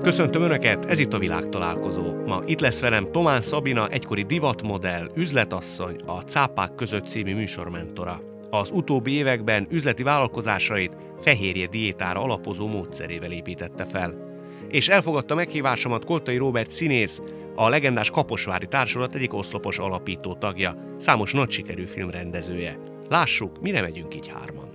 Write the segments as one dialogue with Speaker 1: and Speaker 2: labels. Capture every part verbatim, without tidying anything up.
Speaker 1: Köszöntöm Önöket, ez itt a Világtalálkozó. Ma itt lesz velem Tomán Szabina, egykori divatmodell, üzletasszony, a Cápák között című műsormentora. Az utóbbi években üzleti vállalkozásait fehérje diétára alapozó módszerével építette fel. És elfogadta meghívásomat Koltai Róbert színész, a legendás Kaposvári Társulat egyik oszlopos alapító tagja, számos nagy sikerű filmrendezője. Lássuk, mire megyünk így hárman.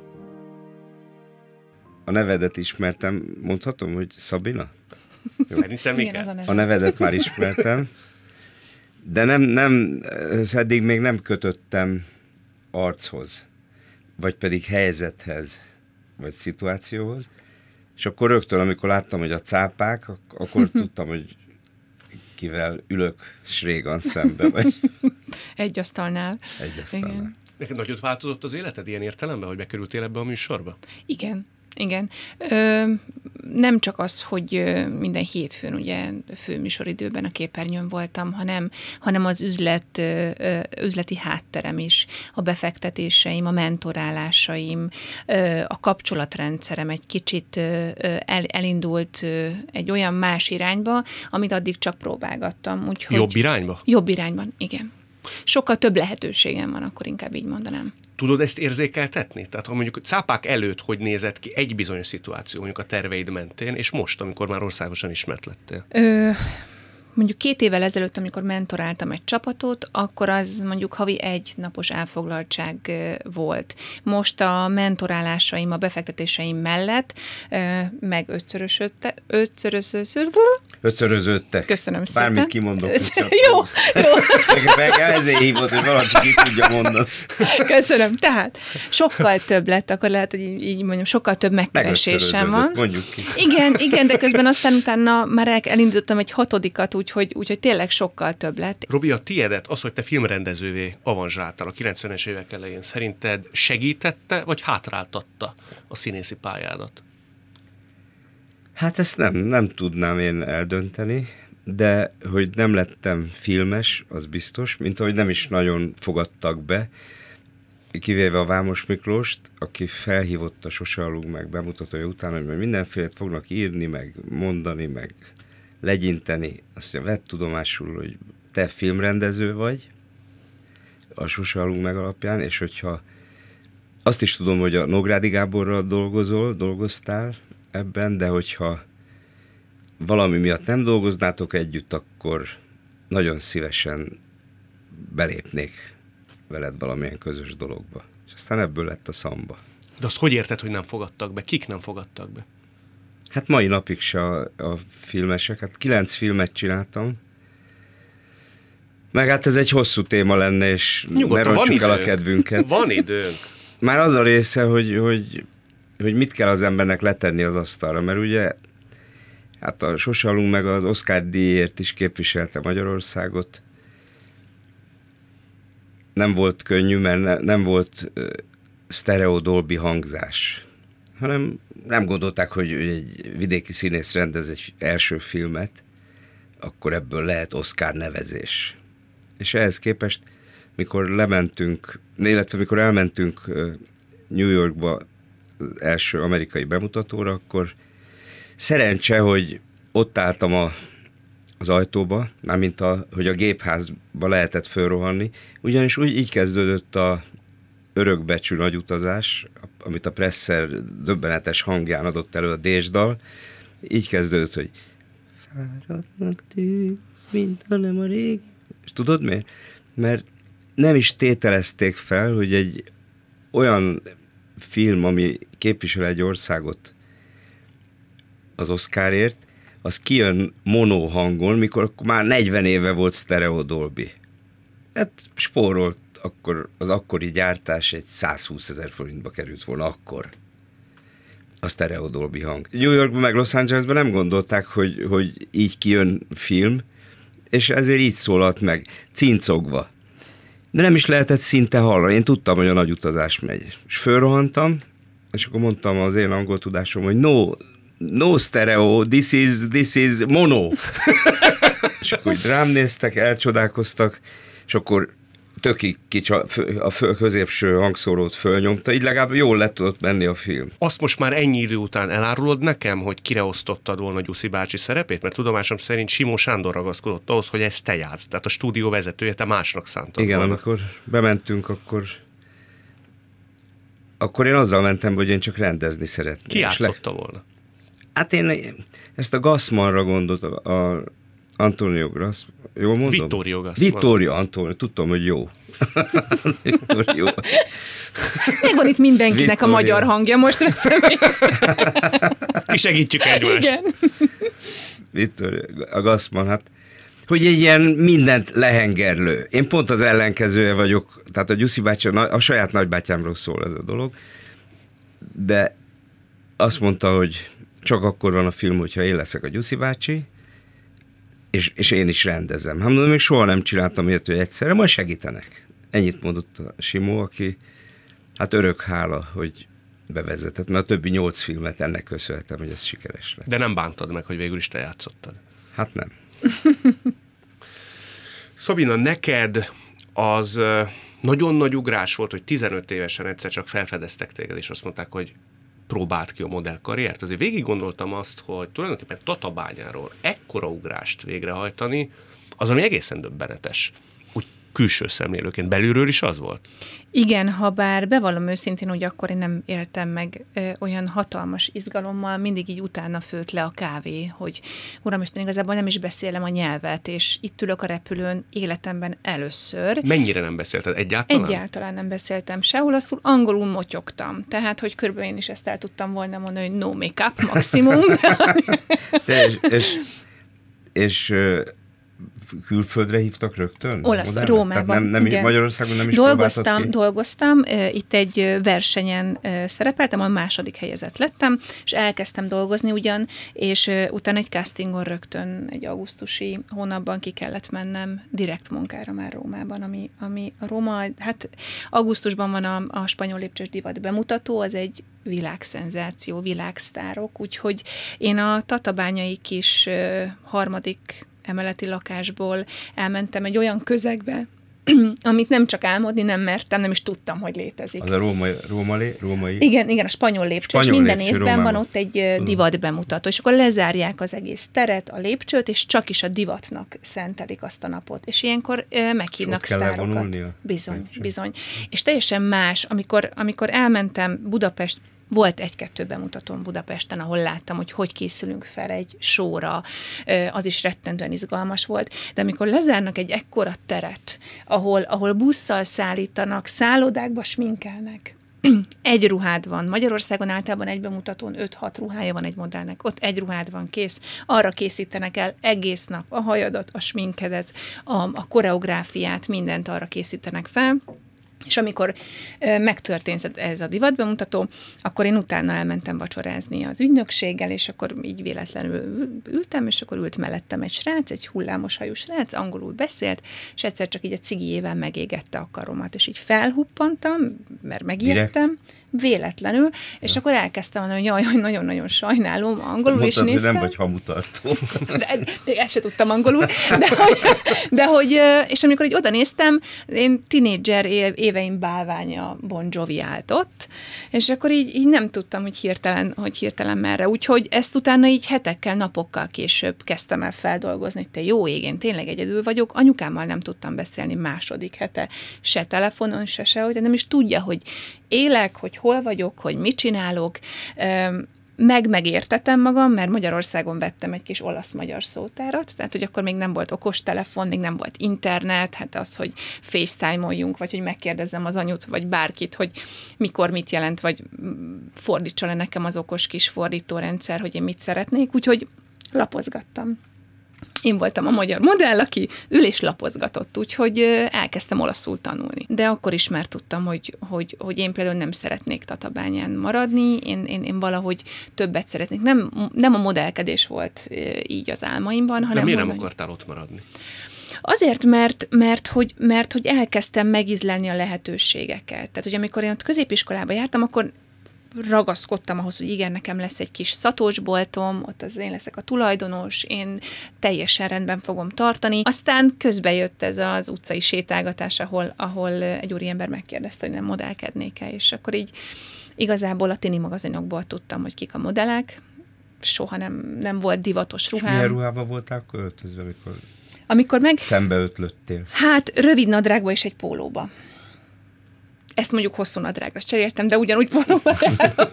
Speaker 2: A nevedet ismertem, mondhatom, hogy Szabina?
Speaker 1: Szerintem igen.
Speaker 2: A, a nevedet már ismertem, de nem, nem, eddig még nem kötöttem archoz, vagy pedig helyzethez, vagy szituációhoz, és akkor rögtön, amikor láttam, hogy a cápák, akkor tudtam, hogy kivel ülök srégan szembe, vagy...
Speaker 3: Egy asztalnál.
Speaker 2: Egy asztalnál.
Speaker 3: Igen.
Speaker 1: Neked nagyot változott az életed ilyen értelemben, hogy bekerültél ebbe a műsorba?
Speaker 3: Igen. Igen. Ö, nem csak az, hogy minden hétfőn ugye főműsoridőben a képernyőn voltam, hanem, hanem az üzlet, ö, üzleti hátterem is, a befektetéseim, a mentorálásaim, ö, a kapcsolatrendszerem egy kicsit ö, el, elindult ö, egy olyan más irányba, amit addig csak próbálgattam. Úgyhogy
Speaker 1: Jobb irányba?
Speaker 3: Jobb irányban, igen. Sokkal több lehetőségem van, akkor inkább így mondanám.
Speaker 1: Tudod ezt érzékeltetni? Tehát ha mondjuk cápák előtt hogy nézett ki egy bizonyos szituáció, mondjuk a terveid mentén, és most, amikor már országosan ismert lettél? Ö,
Speaker 3: mondjuk két évvel ezelőtt, amikor mentoráltam egy csapatot, akkor az mondjuk havi egy napos elfoglaltság volt. Most a mentorálásaim, a befektetéseim mellett meg ötszörösödtek, ötszörösödtek,
Speaker 2: Ötszöröződtek.
Speaker 3: Köszönöm szépen.
Speaker 2: Bármit kimondok.
Speaker 3: jó, jó.
Speaker 2: Ezért hívott, hogy valaki ki tudja mondani.
Speaker 3: Köszönöm. Tehát sokkal több lett, akkor lehet, hogy így mondjam, sokkal több megkeresésem van.
Speaker 2: Mondjuk ki.
Speaker 3: Igen, igen, de közben aztán utána már elindítottam egy hatodikat, úgyhogy, úgyhogy tényleg sokkal több lett.
Speaker 1: Robi, a tiédet, az, hogy te filmrendezővé avanzsáltál a kilencvenes évek elején, szerinted segítette, vagy hátráltatta a színészi pályádat?
Speaker 2: Hát ezt nem, nem tudnám én eldönteni, de hogy nem lettem filmes, az biztos, mint ahogy nem is nagyon fogadtak be, kivéve a Vámos Miklóst, aki felhívott a Sose aludj meg bemutatója után, hogy majd mindenfélét fognak írni, meg mondani, meg legyinteni. Azt mondja, vedd tudomásul, hogy te filmrendező vagy a Sose aludj meg alapján, és hogyha azt is tudom, hogy a Nógrádi Gáborral dolgozol, dolgoztál ebben, de hogyha valami miatt nem dolgoznátok együtt, akkor nagyon szívesen belépnék veled valamilyen közös dologba. És aztán ebből lett a szamba.
Speaker 1: De azt hogy érted, hogy nem fogadtak be? Kik nem fogadtak be?
Speaker 2: Hát mai napig se a, a filmesek. Hát kilenc filmet csináltam. Meg hát ez egy hosszú téma lenne, és ne rontsuk el a kedvünket.
Speaker 1: Van időnk.
Speaker 2: Már az a része, hogy, hogy, hogy mit kell az embernek letenni az asztalra, mert ugye hát a Sose aludj meg az Oscar-díjért is képviselte Magyarországot. Nem volt könnyű, mert ne, nem volt uh, sztereó Dolby hangzás, hanem nem gondolták, hogy egy vidéki színész rendez egy első filmet, akkor ebből lehet Oscar nevezés. És ehhez képest, mikor lementünk, illetve mikor elmentünk uh, New Yorkba az első amerikai bemutatóra, akkor szerencse, hogy ott álltam a, az ajtóba, mármint a, hogy a gépházba lehetett fölrohanni, ugyanis úgy így kezdődött a örökbecsű nagyutazás, amit a Presser döbbenetes hangján adott elő a Désdal. Így kezdődött, hogy fáradnak tűz, mint hanem a régi. És tudod miért? Mert nem is tételezték fel, hogy egy olyan film, ami képvisel egy országot az Oscarért, az kijön mono hangon, mikor már negyven éve volt sztereó Dolby. Hát spórolt akkor az akkori gyártás egy százhúszezer forintba került volna akkor a sztereó Dolby hang. New Yorkban meg Los Angelesben nem gondolták, hogy, hogy így kijön film, és ezért így szólalt meg, cincogva. De nem is lehetett szinte hallani. Én tudtam, hogy a nagy utazás megy. És fölrohantam, és akkor mondtam az én angol tudásom, hogy no, no stereo, this is, this is mono. És akkor rám néztek, elcsodálkoztak, és akkor tökig kicsa, a föl, középső hangszórót fölnyomta, így legalább jól le tudott menni a film.
Speaker 1: Azt most már ennyi idő után elárulod nekem, hogy kire osztottad volna Gyuszi bácsi szerepét? Mert tudomásom szerint Simó Sándor ragaszkodott ahhoz, hogy ezt te játsz. Tehát a stúdió vezetője, te másnak szántad.
Speaker 2: Igen,
Speaker 1: volna.
Speaker 2: amikor bementünk, akkor akkor én azzal mentem, hogy én csak rendezni szeretném.
Speaker 1: Ki játszotta le... volna?
Speaker 2: Hát én ezt a Gassmanra gondolt, a, a Antonio Grass, jól mondom?
Speaker 1: Vittorio Gassman.
Speaker 2: Vittorio Antonio, tudtam, hogy jó. Vittorio.
Speaker 3: Megvan itt mindenkinek
Speaker 2: Vittorio.
Speaker 3: A magyar hangja, most veszem észre.
Speaker 1: Kisegítjük egymást.
Speaker 3: Igen.
Speaker 2: Vittorio, a Gassman, hát hogy egy ilyen mindent lehengerlő. Én pont az ellenkezője vagyok, tehát a Gyuszi bácsi, a saját nagybátyámról szól ez a dolog, de azt mondta, hogy csak akkor van a film, hogyha én leszek a Gyuszi bácsi, és, és én is rendezem. Hát mondom, még soha nem csináltam ilyet, hogy egyszerre, majd segítenek. Ennyit mondott a Simó, aki hát örök hála, hogy bevezetett, mert a többi nyolc filmet ennek köszönhetem, hogy ez sikeres lett.
Speaker 1: De nem bántad meg, hogy végül is te játszottad.
Speaker 2: Hát nem.
Speaker 1: Szabina, neked az nagyon nagy ugrás volt, hogy tizenöt évesen egyszer csak felfedeztek téged, és azt mondták, hogy próbáld ki a modellkarriert. Azért végig gondoltam azt, hogy tulajdonképpen Tatabányáról ekkora ugrást végrehajtani, az, ami egészen döbbenetes. Úgy külső szemlélőként, belülről is az volt?
Speaker 3: Igen, ha bár bevallom őszintén, hogy akkor én nem éltem meg ö, olyan hatalmas izgalommal, mindig így utána főtt le a kávé, hogy uramisten, igazából nem is beszélem a nyelvet, és itt ülök a repülőn életemben először.
Speaker 1: Mennyire nem beszélted? Egyáltalán?
Speaker 3: Egyáltalán nem beszéltem se olaszul, angolul motyogtam. Tehát, hogy körülbelül én is ezt el tudtam volna mondani, hogy no make-up maximum.
Speaker 2: De és, és, és külföldre hívtak rögtön?
Speaker 3: Olasz, Rómában.
Speaker 2: Nem, nem
Speaker 3: igen.
Speaker 2: Magyarországon nem is
Speaker 3: dolgoztam,
Speaker 2: ki?
Speaker 3: dolgoztam, itt egy versenyen szerepeltem, ahol második helyezett lettem, és elkezdtem dolgozni ugyan, és utána egy castingon rögtön egy augusztusi hónapban ki kellett mennem direkt munkára már Rómában, ami, ami a Róma, hát augusztusban van a, a spanyol lépcsős divat bemutató, az egy világszenzáció, világsztárok, úgyhogy én a tatabányai kis harmadik emeleti lakásból elmentem egy olyan közegbe, amit nem csak álmodni nem mertem, nem is tudtam, hogy létezik.
Speaker 2: Az a római, római, római...
Speaker 3: Igen, igen, a spanyol lépcső,
Speaker 2: spanyol
Speaker 3: és minden
Speaker 2: lépcső,
Speaker 3: évben
Speaker 2: Rómában.
Speaker 3: van ott egy divat bemutató, és akkor lezárják az egész teret, a lépcsőt, és csak is a divatnak szentelik azt a napot. És ilyenkor uh, meghívnak sztárokat. Bizony, bizony. És teljesen más, amikor, amikor elmentem Budapest, volt egy-kettő bemutatón Budapesten, ahol láttam, hogy hogy készülünk fel egy showra, az is rettentően izgalmas volt, de amikor lezárnak egy ekkora teret, ahol, ahol busszal szállítanak, szállodákba sminkelnek, egy ruhád van. Magyarországon általában egy bemutatón öt-hat ruhája van egy modellnek. Ott egy ruhád van, kész. Arra készítenek el egész nap a hajadat, a sminkedet, a, a koreográfiát, mindent arra készítenek fel. És amikor ö, megtörtént ez a divatbemutató, akkor én utána elmentem vacsorázni az ügynökséggel, és akkor így véletlenül ültem, és akkor ült mellettem egy srác, egy hullámos hajú srác, angolul beszélt, és egyszer csak így a cigijével megégette a karomat, és így felhuppantam, mert megijedtem, direkt. Véletlenül, és ja. Akkor elkezdtem mondani, hogy jaj, nagyon-nagyon sajnálom, angolul is néztem.
Speaker 2: Mondtad, hogy nem vagy hamutartó.
Speaker 3: De, de ezt se tudtam angolul. De hogy, de hogy, és amikor így oda néztem, én tinédzser éveim bálványa Bon Jovi állt ott, és akkor így, így nem tudtam, hogy hirtelen, hogy hirtelen merre. Úgyhogy ezt utána így hetekkel, napokkal később kezdtem el feldolgozni, hogy te jó ég, én tényleg egyedül vagyok. Anyukámmal nem tudtam beszélni második hete, se telefonon, se sehogy, de nem is tudja, hogy élek, hogy hol vagyok, hogy mit csinálok, meg megértetem magam, mert Magyarországon vettem egy kis olasz-magyar szótárat, tehát, hogy akkor még nem volt okostelefon, még nem volt internet, hát az, hogy FaceTime-oljunk, vagy hogy megkérdezzem az anyut, vagy bárkit, hogy mikor mit jelent, vagy fordítsa le nekem az okos kis fordítórendszer, hogy én mit szeretnék, úgyhogy lapozgattam. Én voltam a magyar modell, aki ül és lapozgatott, úgyhogy elkezdtem olaszul tanulni. De akkor is már tudtam, hogy, hogy, hogy én például nem szeretnék Tatabányán maradni, én, én, én valahogy többet szeretnék. Nem, nem a modellkedés volt így az álmaimban, hanem...
Speaker 1: De miért
Speaker 3: mondani,
Speaker 1: nem akartál ott maradni?
Speaker 3: Azért, mert, mert, hogy, mert hogy elkezdtem megízlelni a lehetőségeket. Tehát, hogy amikor én ott középiskolába jártam, akkor ragaszkodtam ahhoz, hogy igen, nekem lesz egy kis szatócsboltom, ott az én leszek a tulajdonos, én teljesen rendben fogom tartani. Aztán közbe jött ez az utcai sétálgatás, ahol, ahol egy úriember megkérdezte, hogy nem modellkednék-e, és akkor így igazából a tini magazinokból tudtam, hogy kik a modellek, soha nem, nem volt divatos ruhám.
Speaker 2: És milyen ruhában voltál akkor öltözve, amikor,
Speaker 3: amikor meg
Speaker 2: szembe ötlöttél?
Speaker 3: Hát rövid nadrágba és egy pólóba. Ezt mondjuk hosszú nadrágra cseréltem, de ugyanúgy pólóba járok.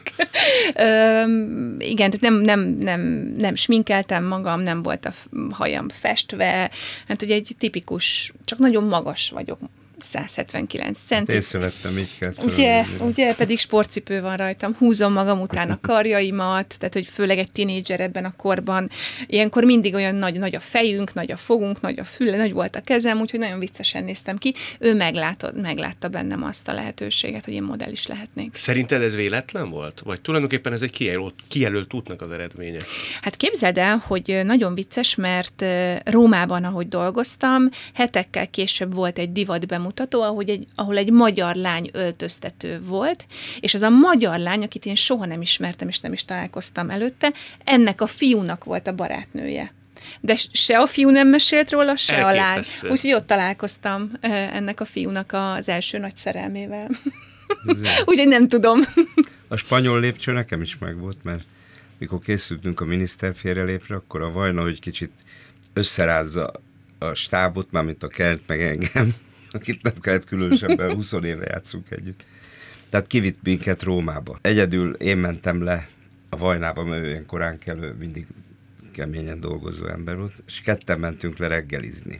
Speaker 3: Üm, igen, tehát nem, nem, nem, nem sminkeltem magam, nem volt a hajam festve. Hát ugye egy tipikus, csak nagyon magas vagyok, száz hetvenkilenc centi.
Speaker 2: Észrevettem, így kellett
Speaker 3: ugye, ugye, pedig sportcipő van rajtam, húzom magam után a karjaimat, tehát hogy főleg egy tinédzser ebben a korban, ilyenkor mindig olyan nagy, nagy a fejünk, nagy a fogunk, nagy a füle, nagy volt a kezem, úgyhogy nagyon viccesen néztem ki. Ő meglátod, meglátta bennem azt a lehetőséget, hogy én modell is lehetnék.
Speaker 1: Szerinted ez véletlen volt? Vagy tulajdonképpen ez egy kijelölt, kijelölt útnak az eredménye?
Speaker 3: Hát képzeld el, hogy nagyon vicces, mert Rómában, ahogy dolgoztam, hetekkel később volt egy divat bemutató, ahogy egy, ahol egy magyar lány öltöztető volt, és az a magyar lány, akit én soha nem ismertem, és nem is találkoztam előtte, ennek a fiúnak volt a barátnője. De se a fiú nem mesélt róla, se
Speaker 1: Elképesztő.
Speaker 3: a lány. Úgyhogy ott találkoztam ennek a fiúnak az első nagy szerelmével. Úgyhogy nem tudom.
Speaker 2: A spanyol lépcső nekem is megvolt, mert mikor készültünk a miniszter félrelépre, akkor a Vajna, hogy kicsit összerázza a stábot, mármint a Kent meg engem, akit nem kellett különösebben, húsz éve játszunk együtt. Tehát kivitt minket Rómába. Egyedül én mentem le a Vajnába, mert ő ilyen korán kelő, mindig keményen dolgozó ember volt, és ketten mentünk le reggelizni.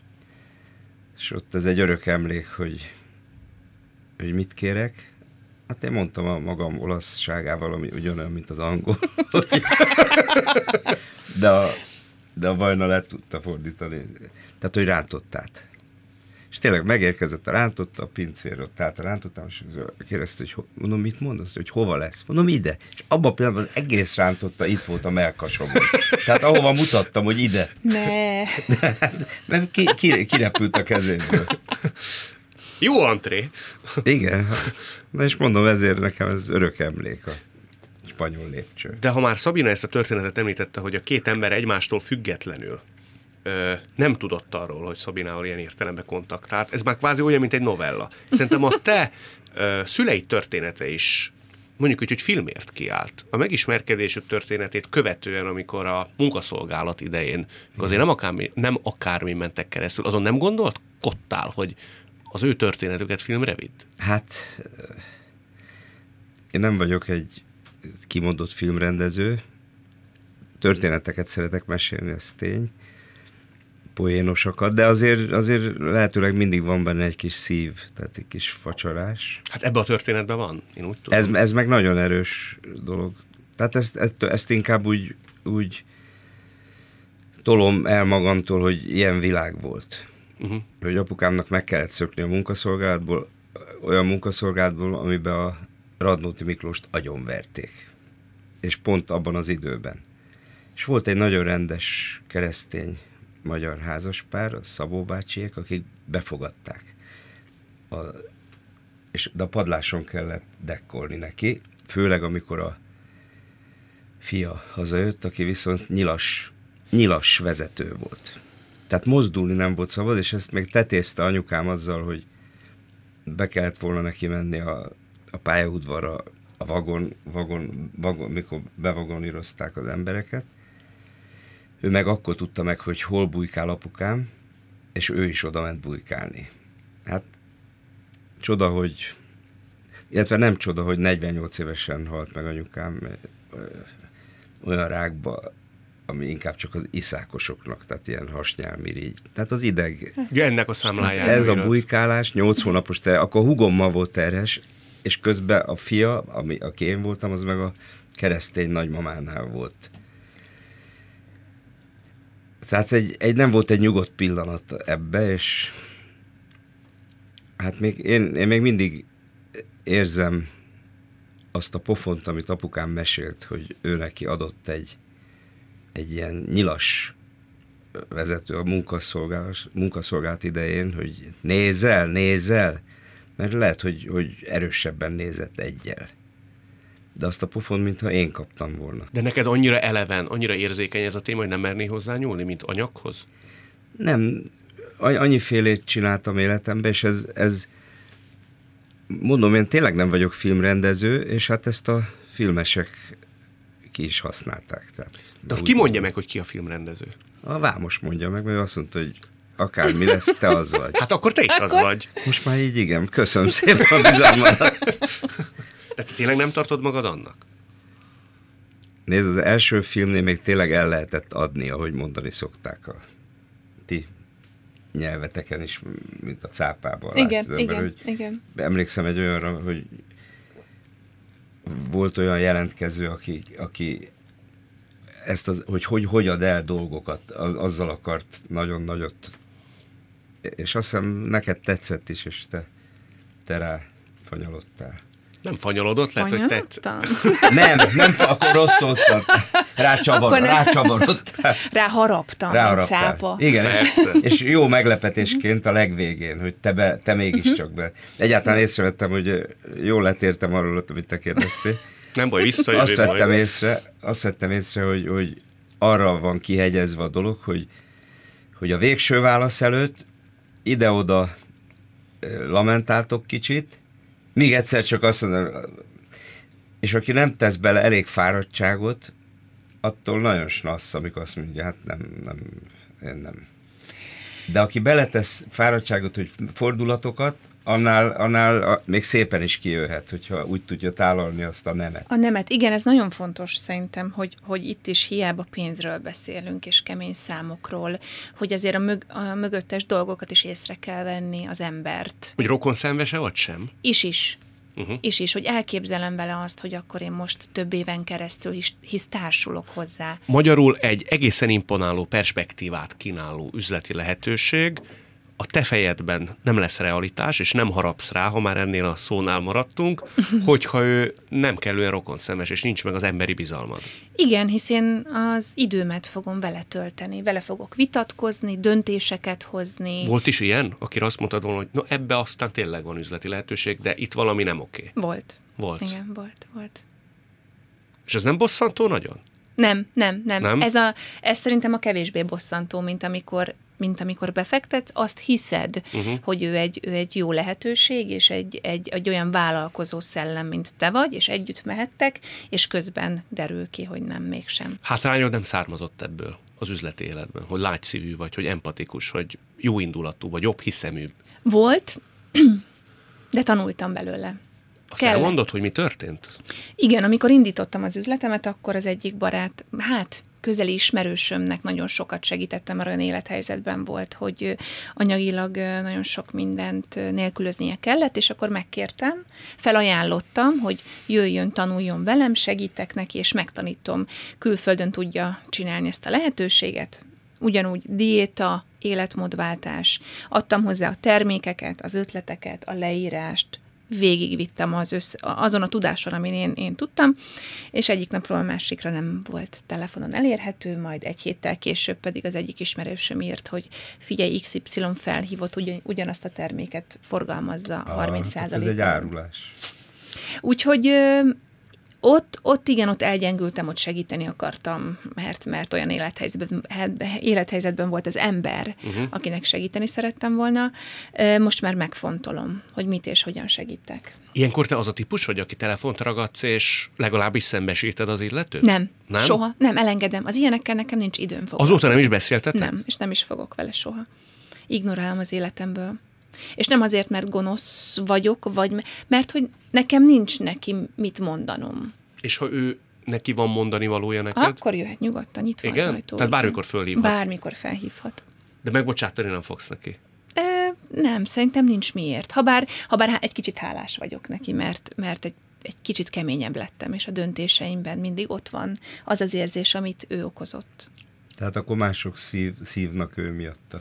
Speaker 2: És ott ez egy örök emlék, hogy, hogy mit kérek. Hát én mondtam a magam olaszságával, ami ugyanolyan, mint az angol. De a, de a Vajna le tudta fordítani. Tehát, hogy rántottát. És tényleg megérkezett a rántotta, a pincér ott állt a rántottám, és kérdezte, hogy ho, mondom, mit mondasz, hogy hova lesz? Mondom, ide. És abban a pillanatban az egész rántotta itt volt a mellkasomon. Tehát ahova mutattam, hogy ide.
Speaker 3: Ne.
Speaker 2: De, hát, mert ki, ki, kirepült a kezéből.
Speaker 1: Jó antré!
Speaker 2: Igen. Na és mondom, ezért nekem ez örök emlék a spanyol lépcső.
Speaker 1: De ha már Szabina ezt a történetet említette, hogy a két ember egymástól függetlenül nem tudott arról, hogy Szabinával ilyen értelemben kontaktált. Ez már kvázi olyan, mint egy novella. Szerintem a te ö, szüleid története is, mondjuk úgy, hogy filmért kiállt. A megismerkedésük történetét követően, amikor a munkaszolgálat idején, azért nem akármi, nem akármi mentek keresztül, azon nem gondolkodtál, hogy az ő történetüket filmre vidd?
Speaker 2: Hát én nem vagyok egy kimondott filmrendező. Történeteket szeretek mesélni, ez tény. Poénosakat, de azért, azért lehetőleg mindig van benne egy kis szív, tehát egy kis facsarás.
Speaker 1: Hát ebben a történetben van, én úgy tudom.
Speaker 2: Ez, ez meg nagyon erős dolog. Tehát ezt, ezt, ezt inkább úgy, úgy tolom el magamtól, hogy ilyen világ volt. Uh-huh. Hogy apukámnak meg kellett szökni a munkaszolgálatból, olyan munkaszolgálatból, amiben a Radnóti Miklóst agyonverték. És pont abban az időben. És volt egy nagyon rendes keresztény magyar házaspár, a Szabó bácsiék, akik befogadták. A, és de a padláson kellett dekkolni neki, főleg amikor a fia hazajött, aki viszont nyilas, nyilas vezető volt. Tehát mozdulni nem volt szabad, és ezt még tetézte anyukám azzal, hogy be kellett volna neki menni a, a pályaudvarra, a vagon, vagon, vagon, mikor bevagonírozták az embereket. Ő meg akkor tudta meg, hogy hol bujkál apukám, és ő is oda ment bujkálni. Hát csoda, hogy, illetve nem csoda, hogy negyvennyolc évesen halt meg anyukám olyan rákba, ami inkább csak az iszákosoknak, tehát ilyen hasnyálmirigy. Tehát az ideg.
Speaker 1: Ja, ennek a számláján.
Speaker 2: Ez a bujkálás, nyolc hónapos terhes, akkor hugommal volt terhes, és közben a fia, ami, aki én voltam, az meg a keresztény nagymamánál volt. Tehát egy, egy, nem volt egy nyugodt pillanat ebbe, és hát még, én, én még mindig érzem azt a pofont, amit apukám mesélt, hogy ő neki adott egy, egy ilyen nyilas vezető a munkaszolgálat, munkaszolgálat idején, hogy nézzel, nézzel, mert lehet, hogy, hogy erősebben nézett egyel. de azt a pofont, mintha én kaptam volna.
Speaker 1: De neked annyira eleven, annyira érzékeny ez a téma, hogy nem mernél hozzá nyúlni, mint anyaghoz?
Speaker 2: Nem, annyifélét csináltam életemben, és ez, ez mondom, én tényleg nem vagyok filmrendező, és hát ezt a filmesek ki is használták. Tehát,
Speaker 1: de azt ki mondja meg, hogy ki a filmrendező?
Speaker 2: A Vámos mondja meg, mert azt mondta, hogy akármi lesz, te az vagy.
Speaker 1: Hát akkor te is akkor... az vagy.
Speaker 2: Most már így igen. Köszönöm szépen a bizalmat.
Speaker 1: De te tényleg nem tartod magad annak?
Speaker 2: Nézd, az első filmnél még tényleg el lehetett adni, ahogy mondani szokták a ti nyelveteken is, mint a cápában.
Speaker 3: Igen,
Speaker 2: ember,
Speaker 3: igen,
Speaker 2: hogy
Speaker 3: igen.
Speaker 2: Emlékszem egy olyanra, hogy volt olyan jelentkező, aki, aki ezt az, hogy, hogy hogy ad el dolgokat, az, azzal akart nagyon nagyot, és azt hiszem neked tetszett is, és te, te rá fanyalodtál.
Speaker 1: Nem fanyalodott, lehet, hogy tetszett.
Speaker 2: Nem, nem, akkor rossz szót rácsavar, rácsavarodtál.
Speaker 3: Ráharaptam,
Speaker 2: Ráharaptál.
Speaker 3: cápa.
Speaker 2: Igen, persze. És jó meglepetésként a legvégén, hogy te, be, te mégiscsak be. Egyáltalán észrevettem, hogy jól letértem arról, amit te kérdeztél.
Speaker 1: Nem baj, visszajövő.
Speaker 2: Azt vettem észre, azt vettem észre, hogy, hogy arra van kihegyezve a dolog, hogy, hogy a végső válasz előtt ide-oda lamentáltok kicsit, még egyszer csak azt mondom, és aki nem tesz bele elég fáradtságot, attól nagyon snassz, amikor azt mondja, hát nem, nem, én nem. De aki beletesz fáradtságot, hogy fordulatokat, annál, annál a, még szépen is kijöhet, hogyha úgy tudja tálalni azt a nemet.
Speaker 3: A nemet, igen, ez nagyon fontos szerintem, hogy, hogy itt is hiába pénzről beszélünk, és kemény számokról, hogy azért a, mög, a mögöttes dolgokat is észre kell venni, az embert.
Speaker 1: Hogy rokonszenvese vagy sem?
Speaker 3: Is is.
Speaker 1: Uh-huh.
Speaker 3: És is, hogy elképzelem vele azt, hogy akkor én most több éven keresztül is, hisz társulok hozzá.
Speaker 1: Magyarul egy egészen imponáló perspektívát kínáló üzleti lehetőség, a te fejedben nem lesz realitás, és nem harapsz rá, ha már ennél a szónál maradtunk, hogyha ő nem kellően rokonszenves, és nincs meg az emberi bizalmad.
Speaker 3: Igen, hisz én az időmet fogom vele tölteni, vele fogok vitatkozni, döntéseket hozni.
Speaker 1: Volt is ilyen, akire azt mondtad volna, hogy no, ebbe aztán tényleg van üzleti lehetőség, de itt valami nem oké.
Speaker 3: Volt.
Speaker 1: Volt.
Speaker 3: Igen, volt, volt.
Speaker 1: És ez nem bosszantó nagyon?
Speaker 3: Nem, nem, nem.
Speaker 1: nem?
Speaker 3: Ez, a, ez szerintem a kevésbé bosszantó, mint amikor, mint amikor befektetsz, azt hiszed, uh-huh. hogy ő egy, ő egy jó lehetőség, és egy, egy, egy olyan vállalkozó szellem, mint te vagy, és együtt mehettek, és közben derül ki, hogy nem, mégsem.
Speaker 1: Hátrányod nem származott ebből az üzleti életben, hogy lágyszívű vagy, hogy empatikus, hogy jóindulatú, vagy jobb hiszemű.
Speaker 3: Volt, de tanultam belőle.
Speaker 1: Azt elmondod, hogy mi történt?
Speaker 3: Igen, amikor indítottam az üzletemet, akkor az egyik barát, hát közeli ismerősömnek nagyon sokat segítettem, mert olyan élethelyzetben volt, hogy anyagilag nagyon sok mindent nélkülöznie kellett, és akkor megkértem, felajánlottam, hogy jöjjön, tanuljon velem, segítek neki, és megtanítom. Külföldön tudja csinálni ezt a lehetőséget. Ugyanúgy diéta, életmódváltás. Adtam hozzá a termékeket, az ötleteket, a leírást, végigvittem az össze, azon a tudáson, amin én, én tudtam, és egyik napról a másikra nem volt telefonon elérhető, majd egy héttel később pedig az egyik ismerősöm írt, hogy figyelj, iksz ipszilon felhívott, ugyan, ugyanazt a terméket forgalmazza ah, harminc százalékban.
Speaker 2: Ez egy árulás.
Speaker 3: Úgyhogy Ott, ott igen, ott elgyengültem, ott segíteni akartam, mert, mert olyan élethelyzetben, élethelyzetben volt az ember, uh-huh. akinek segíteni szerettem volna. Most már megfontolom, hogy mit és hogyan segítek.
Speaker 1: Ilyenkor te az a típus vagy, aki telefont ragadsz, és legalábbis szembesíted az illetőt?
Speaker 3: Nem,
Speaker 1: nem,
Speaker 3: soha. Nem, elengedem. Az ilyenekkel nekem nincs időm foglalkozni.
Speaker 1: Azóta nem is beszéltetek?
Speaker 3: Nem, és nem is fogok vele soha. Ignorálom az életemből. És nem azért, mert gonosz vagyok, vagy mert hogy nekem nincs neki mit mondanom. És
Speaker 1: ha ő neki van mondani valója neked?
Speaker 3: Akkor jöhet nyugodtan, nyitva
Speaker 1: igen?
Speaker 3: az ajtó.
Speaker 1: Tehát bármikor fölhívhat?
Speaker 3: Bármikor felhívhat.
Speaker 1: De megbocsátani nem fogsz neki?
Speaker 3: E, nem, szerintem nincs miért. Habár, habár egy kicsit hálás vagyok neki, mert, mert egy, egy kicsit keményebb lettem, és a döntéseimben mindig ott van az az érzés, amit ő okozott.
Speaker 2: Tehát akkor mások szív, szívnak ő miatta.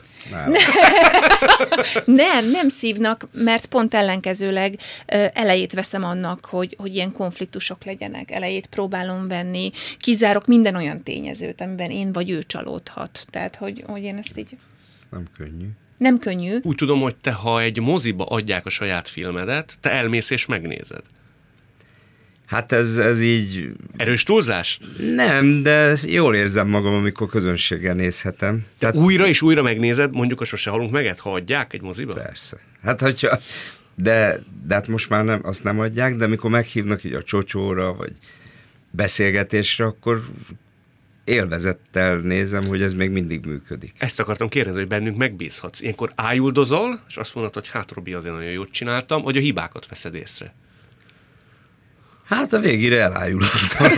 Speaker 3: nem, nem szívnak, mert pont ellenkezőleg elejét veszem annak, hogy, hogy ilyen konfliktusok legyenek. Elejét próbálom venni, kizárok minden olyan tényezőt, amiben én vagy ő csalódhat. Tehát, hogy, hogy én ezt így...
Speaker 2: Nem könnyű.
Speaker 3: Nem könnyű.
Speaker 1: Úgy tudom, hogy te, ha egy moziba adják a saját filmedet, te elmész és megnézed.
Speaker 2: Hát ez, ez így...
Speaker 1: Erős túlzás?
Speaker 2: Nem, de jól érzem magam, amikor közönséggel nézhetem.
Speaker 1: De
Speaker 2: Tehát...
Speaker 1: újra és újra megnézed, mondjuk a Sose halunk meget, ha adják egy moziba?
Speaker 2: Persze. Hát, hogyha... De, de hát most már nem, azt nem adják, de amikor meghívnak így a csocsóra, vagy beszélgetésre, akkor élvezettel nézem, hogy ez még mindig működik.
Speaker 1: Ezt akartam kérdezni, hogy bennünk megbízhatsz. Ilyenkor ájuldozol, és azt mondod, hogy hát Robi, azért nagyon jót csináltam, vagy a hibákat veszed észre?
Speaker 2: Hát a végére elájulok.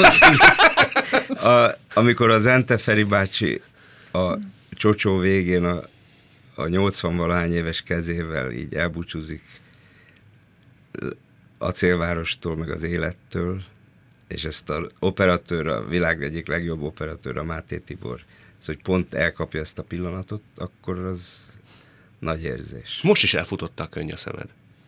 Speaker 2: a, amikor az Ente Feri bácsi a csocsó végén a, a nyolcvan-valahány éves kezével így elbúcsúzik Acélvárostól, meg az élettől, és ezt az operatőr, a világ egyik legjobb operatőr, a Máté Tibor, ez, hogy pont elkapja ezt a pillanatot, akkor az nagy érzés.
Speaker 1: Most is elfutotta a könny a szemed.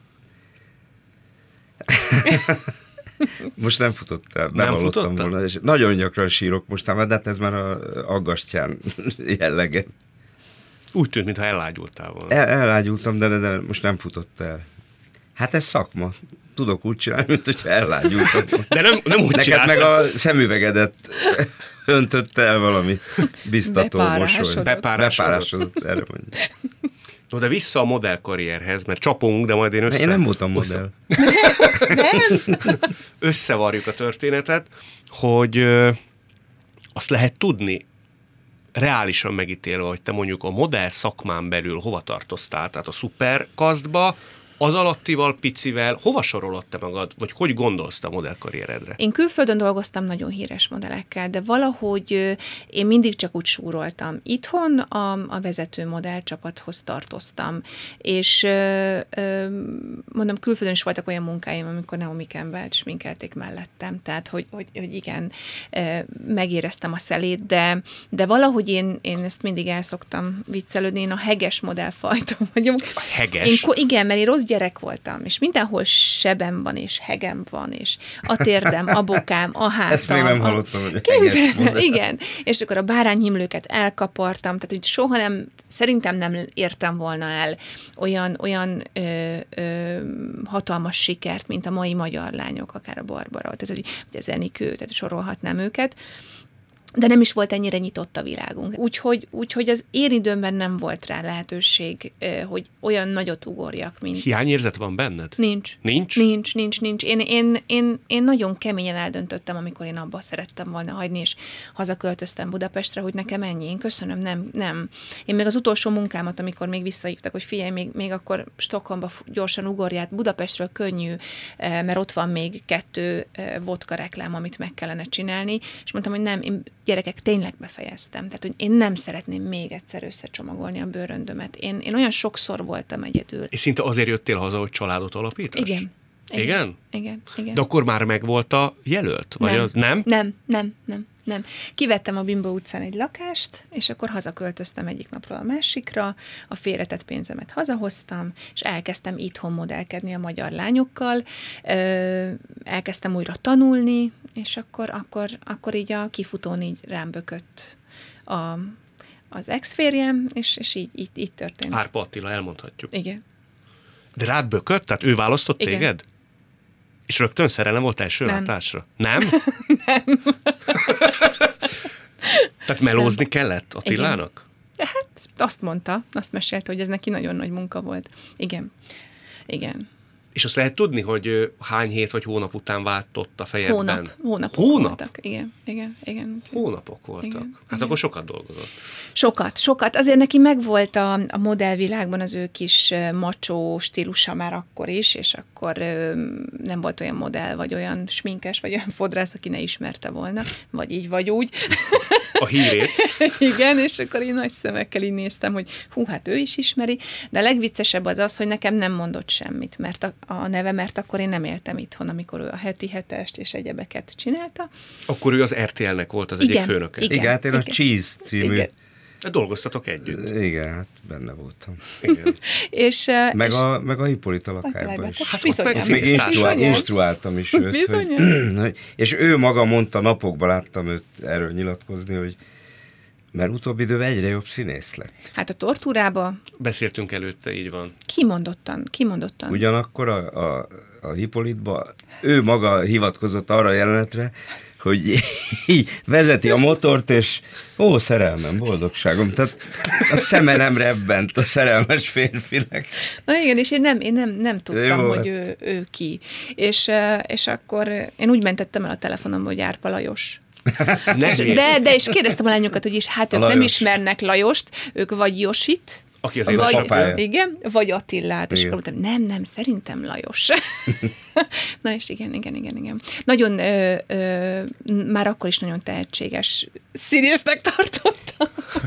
Speaker 2: Most nem futott el, bevallottam volna, és nagyon gyakran sírok most, de hát ez már a Aggastyán jellege.
Speaker 1: Úgy tűnt, mintha ellágyultál volna.
Speaker 2: El, ellágyultam, de, de most nem futott el. Hát ez szakma. Tudok úgy csinálni, mint hogyha ellágyultam.
Speaker 1: De nem, nem úgy
Speaker 2: Neked
Speaker 1: csináltad.
Speaker 2: meg a szemüvegedet öntötte el valami biztató mosoly.
Speaker 1: Bepárásodott.
Speaker 2: Bepárásodott, erre mondja.
Speaker 1: No, de vissza a modellkarrierhez, mert csapunk, de majd én össze...
Speaker 2: Én nem voltam modell.
Speaker 1: Összevarjuk a történetet, hogy ö, azt lehet tudni, reálisan megítélve, hogy te mondjuk a modell szakmán belül hova tartoztál, tehát a szuperkasztba, az alattival, picivel, hova sorolod te magad, vagy hogy gondolsz te a modellkarrieredre?
Speaker 3: Én külföldön dolgoztam nagyon híres modellekkel, de valahogy ö, én mindig csak úgy súroltam. Itthon a, a vezető modellcsapathoz tartoztam, és ö, ö, mondom, külföldön is voltak olyan munkáim, amikor Naomi Campbell sminkelték mellettem, tehát hogy, hogy, hogy igen, ö, megéreztem a szelét, de, de valahogy én, én ezt mindig el szoktam viccelődni, én a heges modellfajta vagyok.
Speaker 1: A heges?
Speaker 3: Én, igen, mert én rossz gyerek voltam, és mindenhol sebem van, és hegem van, és a térdem, a bokám, a hátam.
Speaker 2: Ezt még nem
Speaker 3: a...
Speaker 2: hallottam, hogy
Speaker 3: Képzel, igen. És akkor a bárányhimlőket elkapartam, tehát hogy soha nem, szerintem nem értem volna el olyan, olyan ö, ö, hatalmas sikert, mint a mai magyar lányok, akár a Barbara, tehát hogy, hogy az Enikő, tehát sorolhatnám őket. De nem is volt ennyire nyitott a világunk. Úgyhogy, úgyhogy az én időmben nem volt rá lehetőség, hogy olyan nagyot ugorjak, mint...
Speaker 1: Hiányérzet van benned?
Speaker 3: Nincs.
Speaker 1: Nincs?
Speaker 3: Nincs, nincs, nincs. Én, én, én, én nagyon keményen eldöntöttem, amikor én abba szerettem volna hagyni, és hazaköltöztem Budapestre, hogy nekem ennyi. Én köszönöm, nem, nem. Én még az utolsó munkámat, amikor még visszahívtak, hogy figyelj, még, még akkor Stockholmba gyorsan ugorját, Budapestről könnyű, mert ott van még kettő vodka reklám, amit meg kellene csinálni, és mondtam, hogy nem, én gyerekek, tényleg befejeztem. Tehát, hogy én nem szeretném még egyszer összecsomagolni a bőröndömet. Én, én olyan sokszor voltam egyedül.
Speaker 1: És szinte azért jöttél haza, hogy családot alapítass?
Speaker 3: Igen.
Speaker 1: Igen?
Speaker 3: Igen? Igen, igen.
Speaker 1: De akkor már megvolt a jelölt? Vagy
Speaker 3: nem.
Speaker 1: Az, nem?
Speaker 3: Nem, nem, nem, nem. Kivettem a Bimbo utcán egy lakást, és akkor hazaköltöztem egyik napról a másikra, a félretett pénzemet hazahoztam, és elkezdtem itthon modellkedni a magyar lányokkal, ö, elkezdtem újra tanulni, és akkor, akkor, akkor így a kifutón így rám bökött a, az ex-férjem, és, és így, így, így történt.
Speaker 1: Árpa Attila, elmondhatjuk.
Speaker 3: Igen.
Speaker 1: De rád bökött? Tehát ő választott
Speaker 3: Igen.
Speaker 1: téged? És rögtön szerelem volt első
Speaker 3: Nem.
Speaker 1: látásra? Nem? Nem. Tehát melózni nem. kellett Attilának?
Speaker 3: Igen. Hát azt mondta, azt mesélte, hogy ez neki nagyon nagy munka volt. Igen. Igen.
Speaker 1: És azt lehet tudni, hogy hány hét vagy hónap után váltott a fejedben?
Speaker 3: Hónap. Hónapok
Speaker 1: Hónap?
Speaker 3: voltak. Igen, igen, igen.
Speaker 1: Hónapok voltak.
Speaker 3: Igen,
Speaker 1: hát
Speaker 3: igen.
Speaker 1: akkor sokat dolgozott.
Speaker 3: Sokat, sokat. Azért neki megvolt a, a modellvilágban az ő kis macsó stílusa már akkor is, és akkor ö, nem volt olyan modell, vagy olyan sminkes, vagy olyan fodrász, aki ne ismerte volna, vagy így, vagy úgy.
Speaker 1: A hírét.
Speaker 3: Igen, és akkor én nagy szemekkel így néztem, hogy hú, hát ő is ismeri, de a legviccesebb az az, hogy nekem nem mondott semmit, mert a, a neve, mert akkor én nem éltem itthon, amikor ő a heti hetest és egyebeket csinálta.
Speaker 1: Akkor ő az er té el-nek volt az
Speaker 3: Igen,
Speaker 1: egyik főnöke.
Speaker 3: igen.
Speaker 2: Igen, hát én a Cheese című...
Speaker 3: Igen.
Speaker 1: Dolgoztatok együtt.
Speaker 2: Igen, hát benne voltam.
Speaker 1: Igen.
Speaker 3: És,
Speaker 2: Meg,
Speaker 3: és
Speaker 2: a, meg a Hippolyta lakályban is.
Speaker 1: Hát
Speaker 3: bizonyám.
Speaker 1: ott
Speaker 2: Még
Speaker 1: Bizonyám.
Speaker 2: instruál, instruáltam is őt. Hogy, hogy, és ő maga mondta, napokban láttam őt erről nyilatkozni, hogy mert utóbbi időben egyre jobb színész lett.
Speaker 3: Hát a tortúrába
Speaker 1: Beszéltünk előtte, így van.
Speaker 3: kimondottan, kimondottan.
Speaker 2: Ugyanakkor a, a a Hippolytba, ő maga hivatkozott arra a jelenetre, hogy így vezeti a motort, és ó, szerelmem, boldogságom. Tehát a szeme nem rebbent a szerelmes férfinek.
Speaker 3: Na igen, és én nem, én nem, nem tudtam,
Speaker 2: Jó,
Speaker 3: hogy ő, ő ki. És, és akkor én úgy mentettem el a telefonomba, hogy Árpa Lajos. De, de és kérdeztem a lányokat, hogy is, hát ők nem ismernek Lajost, ők vagy Josit,
Speaker 1: aki az
Speaker 3: vagy,
Speaker 1: a papája.
Speaker 3: Igen, vagy Attillát, és akkor mondtam, nem, nem, szerintem Lajos. Na és igen, igen, igen, igen. Nagyon, ö, ö, már akkor is nagyon tehetséges színésznek tartottam.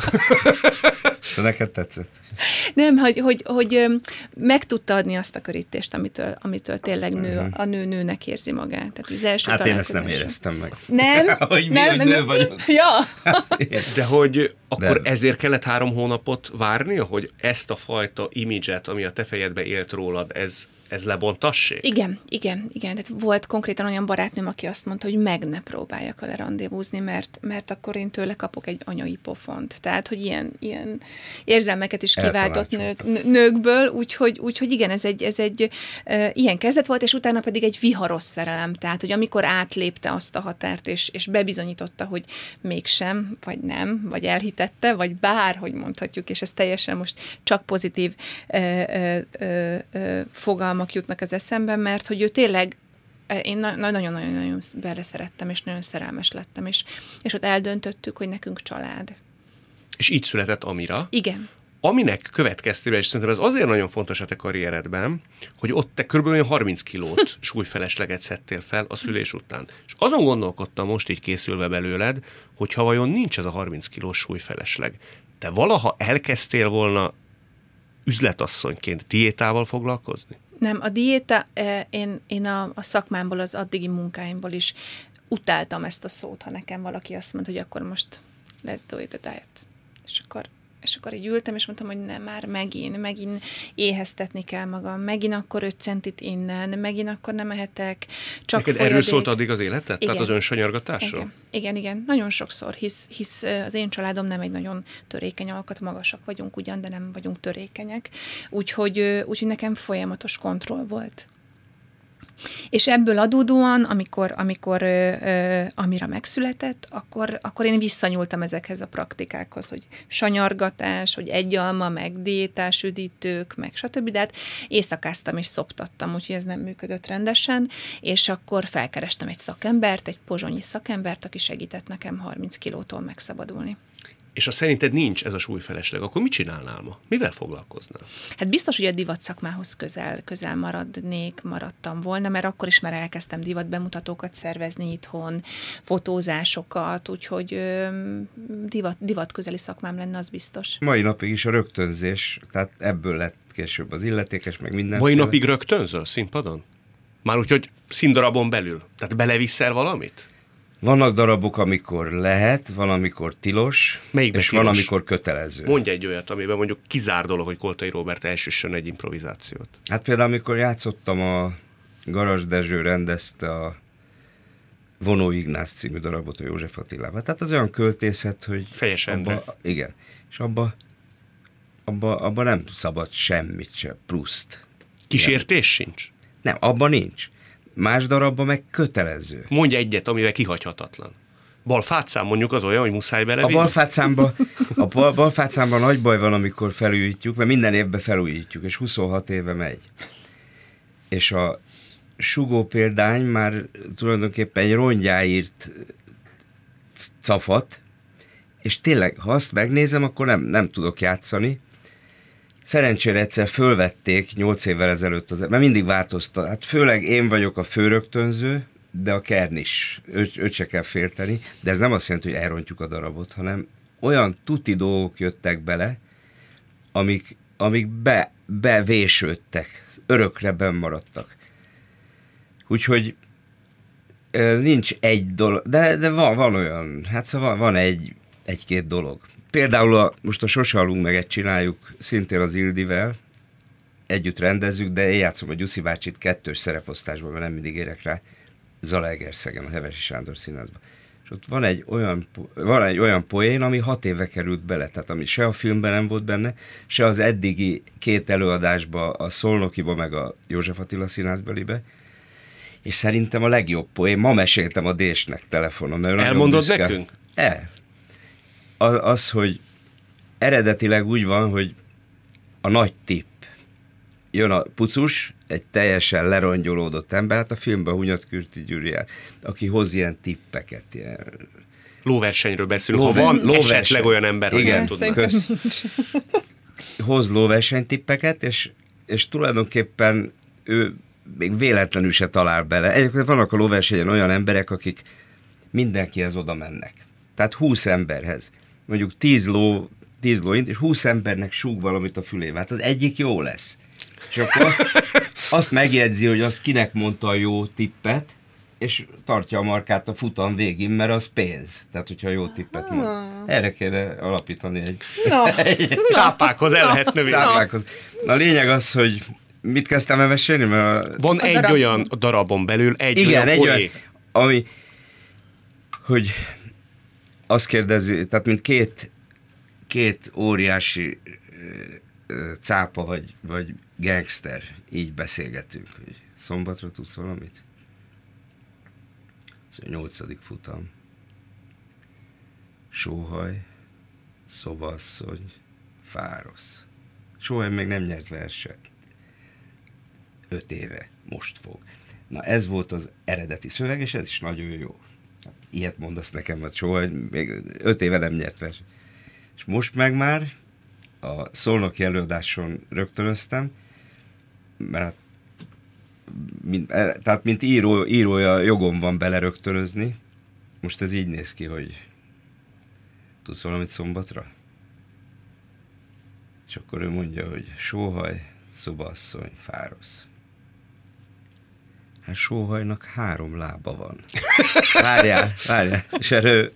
Speaker 2: Szóval neked tetszett?
Speaker 3: Nem, hogy, hogy, hogy meg tudta adni azt a körítést, amitől, amitől tényleg nő,
Speaker 2: uh-huh.
Speaker 3: a nő nőnek érzi magát. Tehát az első
Speaker 2: hát én ezt nem éreztem meg.
Speaker 3: Nem?
Speaker 2: hogy mi,
Speaker 3: nem,
Speaker 2: hogy nő vagyok.
Speaker 3: Ja.
Speaker 1: De hogy akkor
Speaker 2: De.
Speaker 1: ezért kellett három hónapot várnia, hogy ezt a fajta imidzset, ami a te fejedbe élt rólad, ez, ez lebontassék?
Speaker 3: Igen, igen, igen. Tehát volt konkrétan olyan barátnőm, aki azt mondta, hogy meg ne próbáljak vele randévúzni, mert, mert akkor én tőle kapok egy anyai pofont. Tehát, hogy ilyen, ilyen érzelmeket is kiváltott nők, nőkből, úgyhogy, úgyhogy igen, ez egy, ez egy e, ilyen kezdet volt, és utána pedig egy viharos szerelem. Tehát, hogy amikor átlépte azt a határt, és, és bebizonyította, hogy mégsem, vagy nem, vagy elhitette, vagy bárhogy mondhatjuk, és ez teljesen most csak pozitív e, e, e, e, fogalmak jutnak az eszembe, mert hogy ő tényleg, én nagyon-nagyon-nagyon beleszerettem, és nagyon szerelmes lettem, és, és ott eldöntöttük, hogy nekünk család.
Speaker 1: És így született Amira.
Speaker 3: Igen.
Speaker 1: Aminek következtében, és szerintem ez azért nagyon fontos a te karrieredben, hogy ott te körülbelül harminc kilót súlyfelesleget szedtél fel a szülés után. És azon gondolkodtam most így készülve belőled, hogy ha vajon nincs ez a harminc kilós súlyfelesleg, te valaha elkezdtél volna üzletasszonyként diétával foglalkozni?
Speaker 3: Nem, a diéta, én, én a, a szakmámból, az addigi munkáimból is utáltam ezt a szót, ha nekem valaki azt mondta, hogy akkor most let's do it a diet. És akkor, és akkor így ültem, és mondtam, hogy nem, már megint, megint éheztetni kell magam, megint akkor öt centit innen, megint akkor nem ehetek, csak
Speaker 1: Neked
Speaker 3: folyadék.
Speaker 1: erről szólt addig az életed?
Speaker 3: Igen.
Speaker 1: Tehát az önsanyargatásról?
Speaker 3: Igen. Igen, igen, nagyon sokszor, hisz, hisz az én családom nem egy nagyon törékeny alkat, magasak vagyunk ugyan, de nem vagyunk törékenyek, úgyhogy, úgyhogy nekem folyamatos kontroll volt. És ebből adódóan, amikor, amikor ö, ö, Amira megszületett, akkor, akkor én visszanyúltam ezekhez a praktikákhoz, hogy sanyargatás, hogy egy alma, meg diétás üdítők, meg stb. De hát éjszakáztam és szoptattam, úgyhogy ez nem működött rendesen, és akkor felkerestem egy szakembert, egy pozsonyi szakembert, aki segített nekem harminc kilótól megszabadulni.
Speaker 1: És ha szerinted nincs ez a súlyfelesleg, akkor mit csinálnál ma? Mivel foglalkoznál?
Speaker 3: Hát biztos, hogy a divat szakmához közel, közel maradnék, maradtam volna, mert akkor is már elkezdtem divat bemutatókat szervezni itthon, fotózásokat, úgyhogy ö, divat, divat közeli szakmám lenne, az biztos.
Speaker 2: Mai napig is a rögtönzés, tehát ebből lett később az illetékes, meg minden.
Speaker 1: Mai napig rögtönzöl színpadon? Már úgy, hogy színdarabon belül? Tehát beleviszel valamit?
Speaker 2: Vannak darabok, amikor lehet, van, amikor tilos,
Speaker 1: Melyikben
Speaker 2: és
Speaker 1: tilos?
Speaker 2: van, amikor kötelező.
Speaker 1: Mondj egy olyat, amiben mondjuk kizár dolog, hogy Koltai Róbert elsüssön egy improvizációt.
Speaker 2: Hát például, amikor játszottam, a Garas Dezső rendezte a Vonó Ignác című darabot a József Attilával. Tehát az olyan költészet, hogy...
Speaker 1: Fejes
Speaker 2: abba,
Speaker 1: Endre.
Speaker 2: igen. És abba, abba, abba nem szabad semmit se, pluszt.
Speaker 1: Kísértés igen. Sincs?
Speaker 2: Nem, abban nincs. Más darabban meg kötelező.
Speaker 1: Mondj egyet, amivel kihagyhatatlan. Balfátszám mondjuk az olyan, hogy muszáj belevinni?
Speaker 2: A balfátszámban a bal, balfátszámban nagy baj van, amikor felújítjuk, mert minden évben felújítjuk, és huszonhat éve megy. És a sugó példány már tulajdonképpen egy rongyáírt cafat, és tényleg, ha azt megnézem, akkor nem, nem tudok játszani. Szerencsére egyszer fölvették nyolc évvel ezelőtt, az, mert mindig változtat. Hát főleg én vagyok a főrögtönző, de a Kern is, őt, őt se kell félteni, de ez nem azt jelenti, hogy elrontjuk a darabot, hanem olyan tuti dolgok jöttek bele, amik, amik be, bevésődtek, örökre bennmaradtak. Úgyhogy nincs egy dolog, de, de van, van olyan, hát szóval van egy, egy-két dolog. Például a, most a Sose halunk meg egy csináljuk, szintén az Ildivel, együtt rendezzük, de én játszom a Gyuszi bácsit kettős szereposztásban, mert nem mindig érek rá, Zalaegerszegen, a Hevesi Sándor Színházban. És ott van egy olyan, van egy olyan poén, ami hat éve került bele, tehát ami se a filmben nem volt benne, se az eddigi két előadásban, a Szolnokiba, meg a József Attila Színházbelibe, És szerintem a legjobb poén, ma meséltem a Désnek telefonon. Mert
Speaker 1: elmondod
Speaker 2: büszke.
Speaker 1: nekünk?
Speaker 2: E. Az, az, hogy eredetileg úgy van, hogy a nagy tipp. Jön a pucus, egy teljesen lerongyolódott ember, hát a filmben Hunyad Kürti Gyuriát, aki hoz ilyen tippeket. Ilyen...
Speaker 1: Lóversenyről beszélünk,
Speaker 2: Lóver...
Speaker 1: ha van
Speaker 2: lóverseny.
Speaker 1: esetleg olyan ember, hogy
Speaker 2: igen,
Speaker 1: nem tudnak.
Speaker 2: kösz. Hoz lóversenytippeket, és, és tulajdonképpen ő még véletlenül se talál bele. Egyébként vannak a lóversenyen olyan emberek, akik mindenkihez oda mennek. Tehát húsz emberhez. Mondjuk tíz ló, tíz lóint, és húsz embernek súg valamit a fülébe. Hát az egyik jó lesz. És akkor azt, azt megjegyzi, hogy azt kinek mondta a jó tippet, és tartja a markát a futam végén, mert az pénz. Tehát, hogyha jó tippet mond. Erre kéne alapítani egy...
Speaker 3: No.
Speaker 2: egy
Speaker 1: Cápákhoz el lehet növelni.
Speaker 2: cápákhoz. Na a lényeg az, hogy mit kezdtem el mesélni? Mert a...
Speaker 1: Van
Speaker 3: A
Speaker 1: egy
Speaker 3: darab...
Speaker 1: olyan darabon belül, egy
Speaker 2: Igen,
Speaker 1: olyan
Speaker 2: egy
Speaker 1: poé.
Speaker 2: olyan, ami, hogy azt kérdezi, tehát mint két, két óriási ö, cápa vagy, vagy gangster, így beszélgetünk, hogy szombatra tudsz valamit? Ez a nyolcadik futam. Sóhaj, szobaasszony, fárosz. Sóhaj még nem nyert verset. Öt éve, most fog. Na ez volt az eredeti szöveg, és ez is nagyon jó. Ilyet mondasz nekem, hogy Sóhaj még öt éve nem nyert verset. És most meg már a Szolnoki előadáson rögtönöztem, mert mint, tehát mint író, írója jogom van belerögtönözni. Most ez így néz ki, hogy tudsz valamit szombatra? És akkor ő mondja, hogy sóhaj, szobaasszony, fárosz. Hát sóhajnak három lába van. Várjál, várjál. És erről,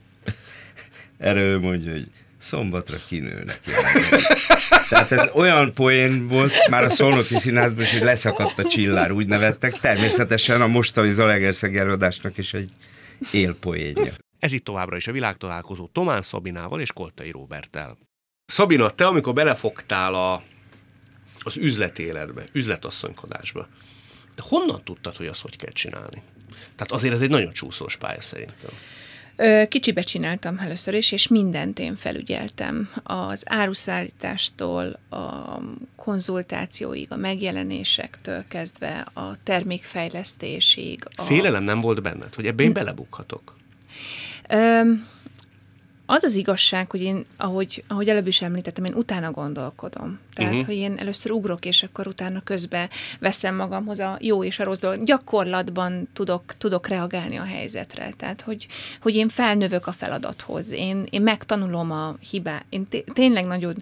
Speaker 2: erről ő mondja, hogy szombatra kinő neki. Tehát ez olyan poén volt már a Szolnoki Színházban, hogy leszakadt a csillár, úgy nevettek. Természetesen a mostani Zalaegerszegi előadásnak is egy élpoénja.
Speaker 1: Ez itt továbbra is a világtalálkozó Tomán Szabinával és Koltai Róberttel. Szabina, te amikor belefogtál a, az üzleti életbe, üzletasszonykodásba, de honnan tudtad, hogy azt hogy kell csinálni? Tehát azért ez egy nagyon csúszós pálya szerintem.
Speaker 3: Kicsibe csináltam először is, és mindent én felügyeltem. Az áruszállítástól, a konzultációig, a megjelenésektől kezdve, a termékfejlesztésig. A...
Speaker 1: Félelem nem volt benned, hogy ebbe én belebukhatok?
Speaker 3: Ö, az az igazság, hogy én, ahogy, ahogy előbb is említettem, én utána gondolkodom. Tehát, uh-huh. hogy én először ugrok, és akkor utána közben veszem magamhoz a jó és a rossz dolgot. Gyakorlatban tudok, tudok reagálni a helyzetre. Tehát, hogy, hogy én felnövök a feladathoz. Én, én megtanulom a hibát. Én té- tényleg nagyon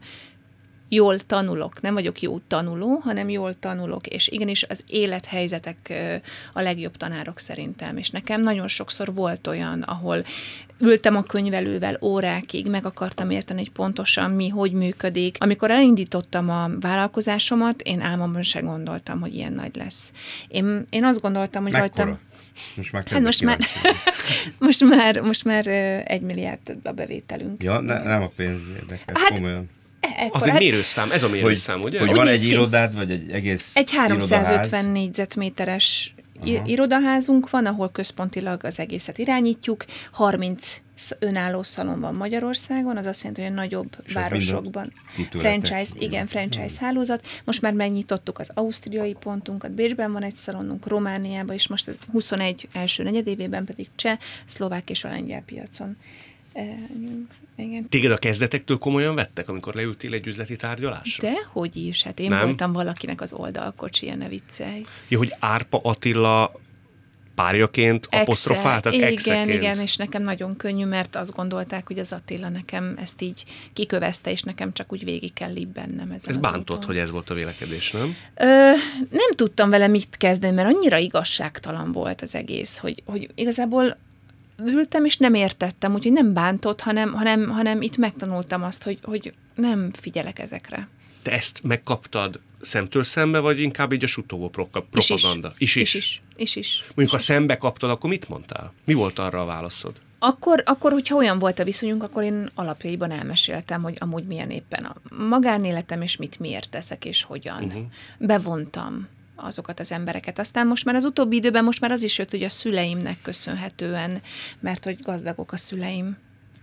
Speaker 3: jól tanulok. Nem vagyok jó tanuló, hanem jól tanulok. És igenis az élethelyzetek a legjobb tanárok szerintem. És nekem nagyon sokszor volt olyan, ahol ültem a könyvelővel órákig, meg akartam érteni, hogy pontosan mi, hogy működik. Amikor elindítottam a vállalkozásomat, én álmomban se gondoltam, hogy ilyen nagy lesz. Én, én azt gondoltam, hogy
Speaker 2: Mekkora?
Speaker 3: rajtam...
Speaker 2: Most már
Speaker 3: Hát most már, most már, most már egy milliárd a bevételünk.
Speaker 2: Ja, ne, nem a pénz érdekel,
Speaker 3: Hát,
Speaker 2: komolyan.
Speaker 3: Ekkor,
Speaker 1: Az egy
Speaker 3: hát
Speaker 1: mérőszám, ez a mérőszám, ugye?
Speaker 2: Hogy
Speaker 3: Úgy
Speaker 2: van
Speaker 3: néz
Speaker 2: egy
Speaker 3: ki.
Speaker 2: irodád, vagy egy egész
Speaker 3: Egy háromszázötven
Speaker 2: irodaház?
Speaker 3: négyzetméteres i-
Speaker 2: Aha.
Speaker 3: irodaházunk van, ahol központilag az egészet irányítjuk. harminc önálló szalon van Magyarországon, az azt jelenti, hogy a nagyobb
Speaker 2: Sok
Speaker 3: városokban
Speaker 2: titületek.
Speaker 3: franchise, igen, franchise hálózat. Most már megnyitottuk az ausztriai pontunkat, Bécsben van egy szalonunk, Romániában, és most az huszonegy első negyedévében pedig cseh, szlovák és a lengyel piacon. E, igen.
Speaker 1: Téged a kezdetektől komolyan vettek, amikor leültél egy üzleti tárgyalásra?
Speaker 3: De hogy is, hát én
Speaker 1: Nem?
Speaker 3: voltam valakinek az oldalkocsija, ne viccelj.
Speaker 1: Ja, hogy Árpa Attila párjaként apostrofáltak,
Speaker 3: Igen,
Speaker 1: exeként.
Speaker 3: igen, és nekem nagyon könnyű, mert azt gondolták, hogy az Attila nekem ezt így kikövezte, és nekem csak úgy végig kell libbennem ezen
Speaker 1: Ez
Speaker 3: az
Speaker 1: bántott,
Speaker 3: úton.
Speaker 1: hogy ez volt a vélekedés, nem?
Speaker 3: Ö, nem tudtam vele mit kezdeni, mert annyira igazságtalan volt az egész, hogy, hogy igazából ültem, és nem értettem, úgyhogy nem bántott, hanem, hanem, hanem itt megtanultam azt, hogy, hogy nem figyelek ezekre.
Speaker 1: Te ezt megkaptad szemtől szembe, vagy inkább így a suttogó propaganda?
Speaker 3: Is is. Is is. Is is.
Speaker 1: Mondjuk, ha szembe kaptad, akkor mit mondtál? Mi volt arra a válaszod?
Speaker 3: Akkor, akkor, hogyha olyan volt a viszonyunk, akkor én alapjaiban elmeséltem, hogy amúgy milyen éppen a magánéletem, és mit miért teszek, és hogyan. Uh-huh. Bevontam. azokat az embereket. Aztán most már az utóbbi időben most már az is jött, hogy a szüleimnek köszönhetően, mert hogy gazdagok a szüleim.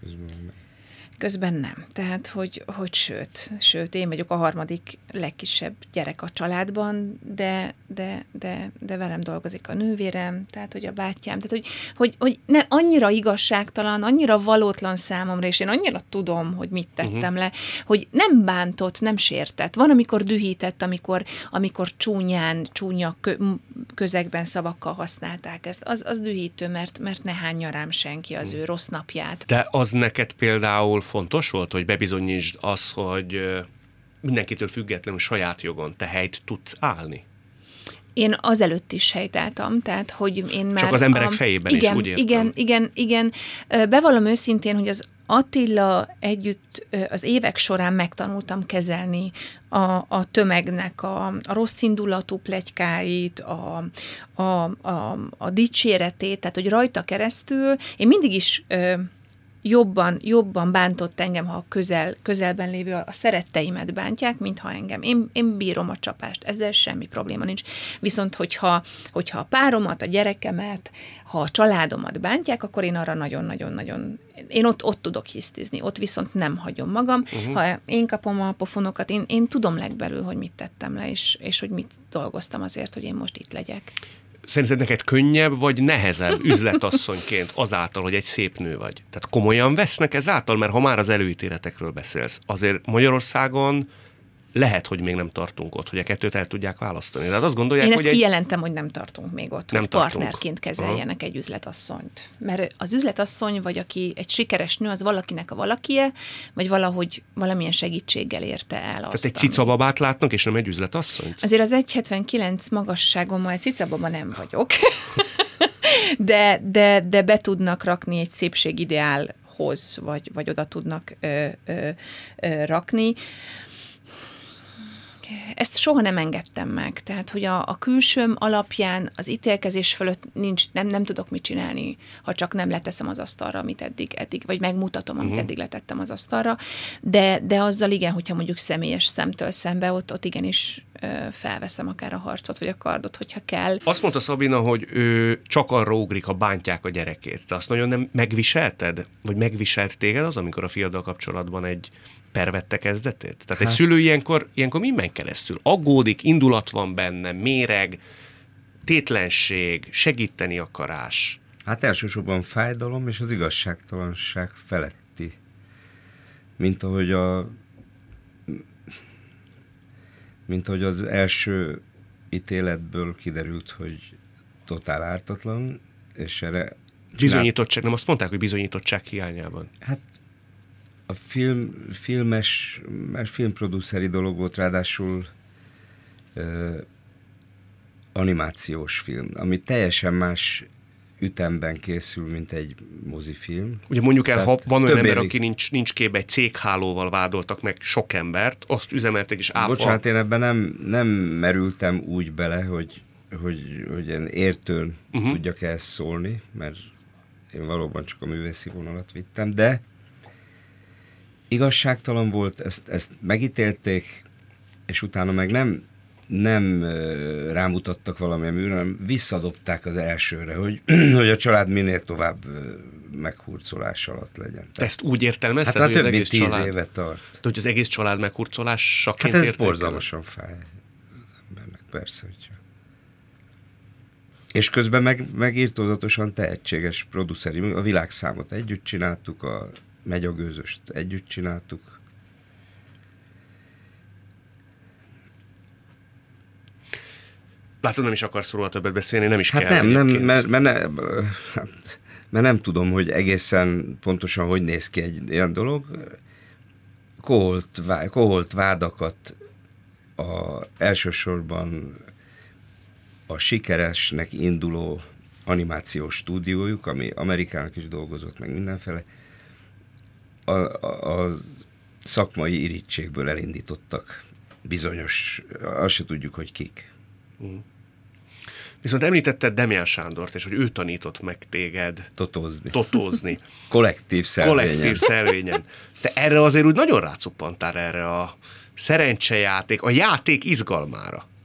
Speaker 3: Közben nem. Tehát, hogy, hogy sőt, sőt, én vagyok a harmadik legkisebb gyerek a családban, de, de, de, de velem dolgozik a nővérem, tehát, hogy a bátyám, tehát, hogy, hogy, hogy ne, annyira igazságtalan, annyira valótlan számomra, és én annyira tudom, hogy mit tettem uh-huh. le, hogy nem bántott, nem sértett. Van, amikor dühített, amikor, amikor csúnyán, csúnya kö, közegben szavakkal használták ezt. Az, az dühítő, mert, mert ne hányja rám senki az uh-huh. ő rossz napját.
Speaker 1: De az neked például fontos volt, hogy bebizonyítsd az, hogy mindenkitől függetlenül saját jogon te helyt tudsz állni?
Speaker 3: Én azelőtt is helytáltam, tehát, hogy én már...
Speaker 1: Csak az emberek
Speaker 3: a,
Speaker 1: fejében
Speaker 3: igen,
Speaker 1: is, úgy értem.
Speaker 3: Igen, igen, igen. Bevallom őszintén, hogy az Attila együtt az évek során megtanultam kezelni a, a tömegnek a, a rossz indulatú pletykáit, a, a, a, a dicséretét, tehát, hogy rajta keresztül én mindig is... jobban, jobban bántott engem, ha a közel, közelben lévő a szeretteimet bántják, mintha engem. Én, én bírom a csapást, ezzel semmi probléma nincs. Viszont, hogyha, hogyha a páromat, a gyerekemet, ha a családomat bántják, akkor én arra nagyon-nagyon-nagyon, én ott, ott tudok hisztizni, ott viszont nem hagyom magam. Uh-huh. Ha én kapom a pofonokat, én, én tudom legbelül, hogy mit tettem le, és, és hogy mit dolgoztam azért, hogy én most itt legyek.
Speaker 1: Szerinted neked könnyebb vagy nehezebb üzletasszonyként azáltal, hogy egy szép nő vagy? Tehát komolyan vesznek ezáltal? Mert ha már az előítéletekről beszélsz, azért Magyarországon lehet, hogy még nem tartunk ott, hogy a kettőt el tudják választani. De azt gondolják,
Speaker 3: Én
Speaker 1: hogy
Speaker 3: ezt
Speaker 1: egy...
Speaker 3: kijelentem, hogy nem tartunk még ott,
Speaker 1: nem
Speaker 3: hogy
Speaker 1: tartunk.
Speaker 3: Partnerként kezeljenek Aha. egy üzletasszonyt. Mert az üzletasszony, vagy aki egy sikeres nő, az valakinek a valakie, vagy valahogy valamilyen segítséggel érte el azt.
Speaker 1: Tehát egy cicababát látnak, és nem egy üzletasszonyt?
Speaker 3: Azért az egy hetvenkilenc magasságommal cicababa nem vagyok. de, de, de be tudnak rakni egy szépségideálhoz, vagy, vagy oda tudnak ö, ö, ö, rakni. Ezt soha nem engedtem meg. Tehát, hogy a, a külsőm alapján az ítélkezés fölött nincs, nem, nem tudok mit csinálni, ha csak nem leteszem az asztalra, amit eddig, eddig vagy megmutatom, amit uh-huh. eddig letettem az asztalra. De, de azzal igen, hogyha mondjuk személyes szemtől szembe, ott, ott igenis ö, felveszem akár a harcot, vagy a kardot, hogyha kell.
Speaker 1: Azt mondta Szabina, hogy ő csak arra ugrik, ha bántják a gyerekét. Te azt nagyon nem megviselted? Vagy megviselt téged az, amikor a fiaddal kapcsolatban egy per vette kezdetét? Tehát hát. Egy szülő ilyenkor, ilyenkor minden keresztül aggódik, indulat van benne, méreg, tétlenség, segíteni akarás.
Speaker 2: Hát elsősorban fájdalom és az igazságtalanság feletti. Mint ahogy a mint ahogy az első ítéletből kiderült, hogy totál ártatlan, és erre...
Speaker 1: Bizonyítottság, nem azt mondták, hogy bizonyítottság hiányában?
Speaker 2: Hát a film, filmes, mert filmproduceri dolog volt, ráadásul ö, animációs film, ami teljesen más ütemben készül, mint egy mozifilm.
Speaker 1: Ugye mondjuk el, ha van olyan ember,
Speaker 2: évig...
Speaker 1: aki nincs, nincs képbe, egy céghálóval vádoltak meg sok embert, azt üzemeltek is áfa.
Speaker 2: Bocsánat, én ebben nem, nem merültem úgy bele, hogy, hogy, hogy én értőn uh-huh. tudjak ezt szólni, mert én valóban csak a művészi vonalat vittem, de igazságtalan volt, ezt, ezt megítélték, és utána meg nem, nem rámutattak valamilyen műre, hanem visszadobták az elsőre, hogy, hogy a család minél tovább meghurcolás alatt legyen.
Speaker 1: Te ezt úgy értelmezted,
Speaker 2: hát
Speaker 1: hogy
Speaker 2: több
Speaker 1: az
Speaker 2: mint
Speaker 1: egész
Speaker 2: tíz
Speaker 1: család...
Speaker 2: éve tart.
Speaker 1: De hogy az egész család meghurcolásaként
Speaker 2: Hát ez borzalmasan fáj az embernek, persze, hogyha. És közben meg, meg írtózatosan tehetséges produceri, a Világszámot együtt csináltuk, a Megy a gőzöst együtt csináltuk.
Speaker 1: Látod, nem is akarsz róla többet beszélni, nem is
Speaker 2: hát
Speaker 1: kell.
Speaker 2: Nem, nem, mert, mert, ne, hát, mert nem tudom, hogy egészen pontosan hogy néz ki egy ilyen dolog. Koholt, koholt vádakat a, elsősorban a sikeresnek induló animációs stúdiójuk, ami Amerikának is dolgozott, meg mindenfele, a, a, a szakmai irítségből elindítottak bizonyos, azt se tudjuk, hogy kik.
Speaker 1: Mm. Viszont említetted Demján Sándort, és hogy ő tanított meg téged
Speaker 2: totózni.
Speaker 1: totózni.
Speaker 2: Kollektív szelvényen.
Speaker 1: Kollektív szelvényen. Te erre azért úgy nagyon rácuppantál erre a szerencsejáték, a játék izgalmára.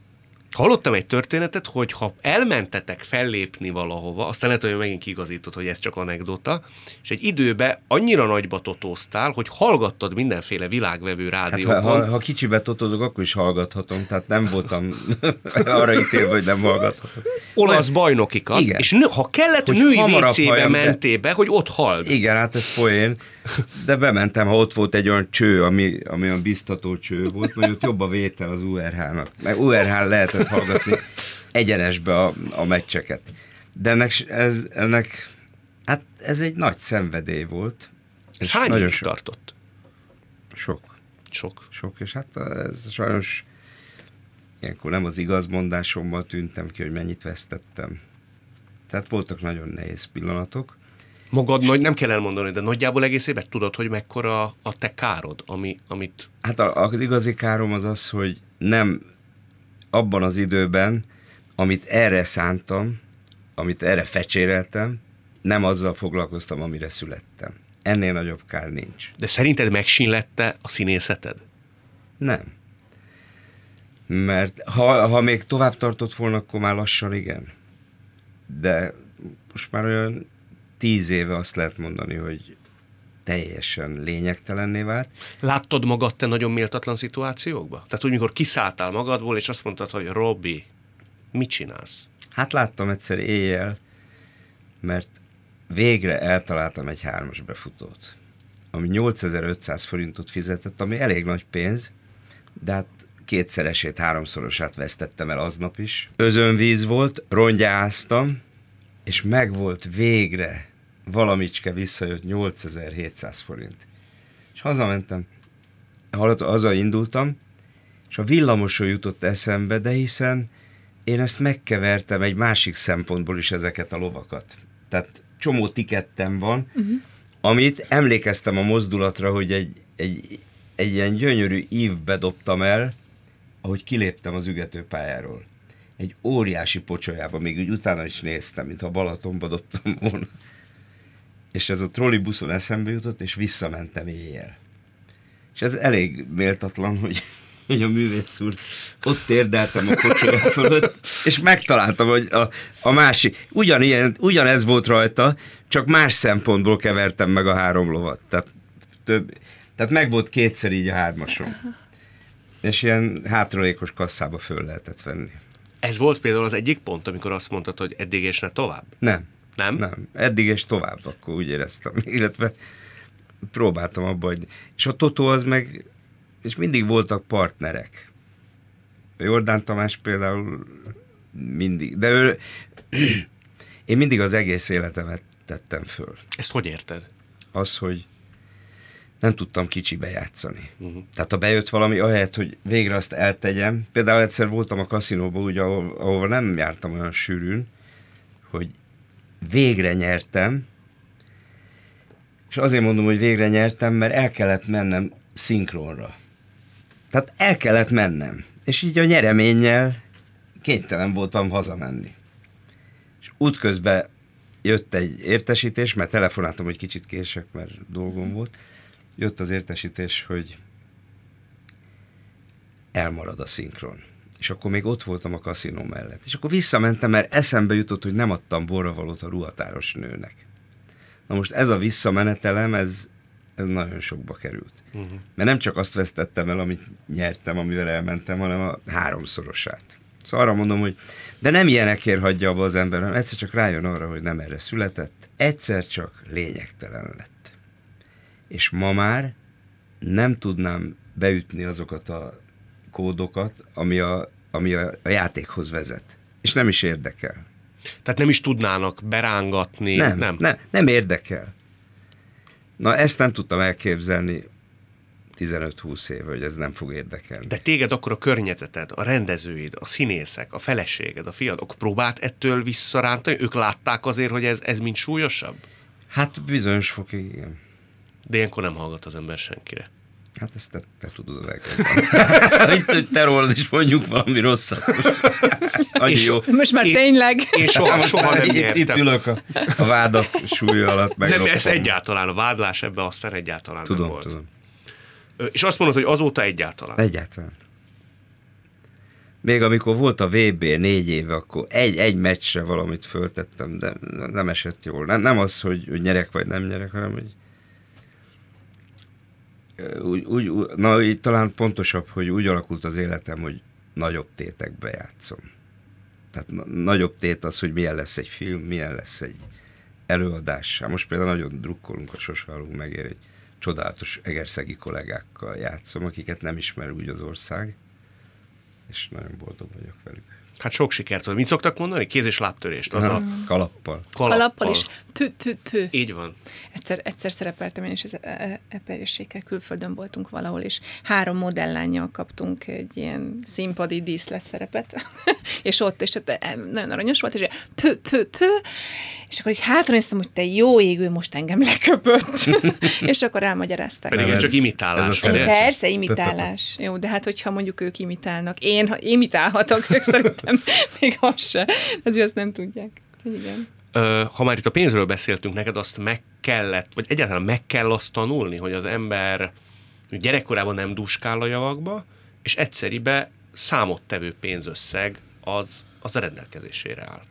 Speaker 1: Hallottam egy történetet, hogy ha elmentetek fellépni valahova, aztán lehet, hogy megint kiigazítod, hogy ez csak anekdota, és egy időben annyira nagyba totóztál, hogy hallgattad mindenféle világvevő rádiókon.
Speaker 2: Hát, ha, ha kicsibe totózok, akkor is hallgathatom, tehát nem voltam arra ítélve, hogy nem hallgathatom.
Speaker 1: Olasz bajnokikat,
Speaker 2: igen.
Speaker 1: És nő, ha kellett, hogy női vécébe mentél be, hogy ott halld.
Speaker 2: Igen, hát ez poén, de bementem, ha ott volt egy olyan cső, ami, ami olyan biztató cső volt, majd ott jobb a vétel az u er há-nak. Meg u er há lehetett hallgatni egyenesbe a, a meccseket. De ennek, ez, ennek, hát ez egy nagy szenvedély volt.
Speaker 1: És hány évig tartott?
Speaker 2: Sok.
Speaker 1: Sok.
Speaker 2: Sok, és hát ez sajnos ilyenkor nem az igazmondásommal tűntem ki, hogy mennyit vesztettem. Tehát voltak nagyon nehéz pillanatok.
Speaker 1: Magad nagy, nem kell elmondani, de nagyjából egész évben tudod, hogy mekkora a te károd, ami, amit...
Speaker 2: Hát az igazi károm az az, hogy nem abban az időben, amit erre szántam, amit erre fecséreltem, nem azzal foglalkoztam, amire születtem. Ennél nagyobb kár nincs.
Speaker 1: De szerinted megsínlette a színészeted?
Speaker 2: Nem. Mert ha, ha még tovább tartott volna, akkor már lassan igen. De most már olyan tíz éve azt lehet mondani, hogy teljesen lényegtelenné vált.
Speaker 1: Láttad magad te nagyon méltatlan szituációkba? Tehát úgy, mikor kiszálltál magadból, és azt mondtad, hogy Robi, mit csinálsz?
Speaker 2: Hát láttam egyszer éjjel, mert végre eltaláltam egy hármas befutót, ami nyolcezer-ötszáz forintot fizetett, ami elég nagy pénz, de hát kétszeresét, háromszorosát vesztettem el aznap is. Özönvíz volt, rongyáztam, és megvolt végre valamicske visszajött nyolcezer-hétszáz forint. És hazamentem, hazaindultam, és a villamosról jutott eszembe, de hiszen én ezt megkevertem egy másik szempontból is ezeket a lovakat. Tehát csomó tikettem van, uh-huh. amit emlékeztem a mozdulatra, hogy egy, egy, egy ilyen gyönyörű ívbe dobtam el, ahogy kiléptem az ügetőpályáról. Egy óriási pocsolyába, még úgy utána is néztem, mintha Balatonba dobtam volna. És ez a trollibuszon eszembe jutott, és visszamentem éjjel. És ez elég méltatlan, hogy, hogy a művész úr ott térdeltem a pocsolya fölött, és megtaláltam, hogy a, a másik, ugyanilyen, ugyanez volt rajta, csak más szempontból kevertem meg a három lovat. Tehát, több, tehát meg volt kétszer így a hármasom. És ilyen hátralékos kasszába föl lehetett venni.
Speaker 1: Ez volt például az egyik pont, amikor azt mondtad, hogy eddig és ne tovább?
Speaker 2: Nem.
Speaker 1: Nem?
Speaker 2: Nem. Eddig és tovább, akkor úgy éreztem. Illetve próbáltam abba, hogy... És a Totó az meg... És mindig voltak partnerek. A Jordán Tamás például mindig... De ő... Én mindig az egész életemet tettem föl.
Speaker 1: Ezt hogy érted?
Speaker 2: Az, hogy nem tudtam kicsibe játszani.
Speaker 1: Uh-huh.
Speaker 2: Tehát ha bejött valami, ahelyett, hogy végre azt eltegyem. Például egyszer voltam a kaszinóban, ugye, ahol, ahol nem jártam olyan sűrűn, hogy végre nyertem, és azért mondom, hogy végre nyertem, mert el kellett mennem szinkronra. Tehát el kellett mennem. És így a nyereménnyel kénytelen voltam hazamenni. És útközben jött egy értesítés, mert telefonáltam, hogy kicsit kések, mert dolgom volt. Jött az értesítés, hogy elmarad a szinkron. És akkor még ott voltam a kaszinó mellett. És akkor visszamentem, mert eszembe jutott, hogy nem adtam borravalót a ruhatáros nőnek. Na most ez a visszamenetelem, ez, ez nagyon sokba került. Uh-huh. Mert nem csak azt vesztettem el, amit nyertem, amivel elmentem, hanem a háromszorosát. Szóval arra mondom, hogy de nem ilyenekért hagyja abba az ember, hanem egyszer csak rájön arra, hogy nem erre született. Egyszer csak lényegtelen lett. És ma már nem tudnám beütni azokat a kódokat, ami a, ami a, a játékhoz vezet. És nem is érdekel.
Speaker 1: Tehát nem is tudnának berángatni?
Speaker 2: Nem,
Speaker 1: nem.
Speaker 2: nem, nem érdekel. Na, ezt nem tudtam elképzelni tizenöt-húsz éve, hogy ez nem fog érdekelni.
Speaker 1: De téged akkor a környezeted, a rendezőid, a színészek, a feleséged, a fiadok próbált ettől visszarántani? Ők látták azért, hogy ez, ez mind súlyosabb?
Speaker 2: Hát bizonyos fokig, igen.
Speaker 1: De ilyenkor nem hallgat az ember senkire.
Speaker 2: Hát ezt te, te tudod a legjobban. Hogy te rólad is mondjuk valami rosszat. Annyi jó.
Speaker 3: Most már tényleg.
Speaker 1: Én soha, soha nem
Speaker 2: itt,
Speaker 1: nyertem.
Speaker 2: Itt ülök a, a vádak súlya alatt.
Speaker 1: Nem, ez egyáltalán, a vádlás ebbe aztán egyáltalán
Speaker 2: tudom,
Speaker 1: nem volt.
Speaker 2: Tudom,
Speaker 1: És azt mondod, hogy azóta egyáltalán.
Speaker 2: Egyáltalán. még amikor volt a vé bé négy éve, akkor egy, egy meccsre valamit föltettem, de nem esett jól. Nem, nem az, hogy, hogy nyerek vagy nem nyerek, hanem hogy úgy, úgy, na, így talán pontosabb, hogy úgy alakult az életem, hogy nagyobb tétekbe játszom. Tehát na, nagyobb tét az, hogy milyen lesz egy film, milyen lesz egy előadás. Most például nagyon drukkolunk, a Sose halunk megér, egy csodálatos egerszegi kollégákkal játszom, akiket nem ismer úgy az ország, és nagyon boldog vagyok velük.
Speaker 1: Hát sok sikert, hogy mit szoktak mondani? Kéz- és lábtörést. Az
Speaker 2: ha,
Speaker 1: a...
Speaker 2: Kalappal.
Speaker 3: Kalappal. Kalappal is. Pü, pü, pü.
Speaker 1: Így van.
Speaker 3: Egyszer, egyszer szerepeltem én is az eperjességgel, külföldön voltunk valahol, és három modellánnyal kaptunk egy ilyen színpadi díszlet szerepet, és ott, és ott nagyon aranyos volt, és pü, pü, pü, és akkor így hátra néztem, hogy te jó égő, most engem leköpött. És akkor elmagyarázták.
Speaker 1: Pedig ez csak imitálás.
Speaker 3: Ez persze, imitálás. Jó, de hát hogyha mondjuk ők imitálnak, én ha imitálhatok, ők szerintem még az se. Azért azt nem tudják. Igen.
Speaker 1: Ö, ha már itt a pénzről beszéltünk, neked azt meg kellett, vagy egyáltalán meg kell azt tanulni, hogy az ember gyerekkorában nem duskál a javakba, és egyszeribe számottevő pénzösszeg az, az a rendelkezésére áll.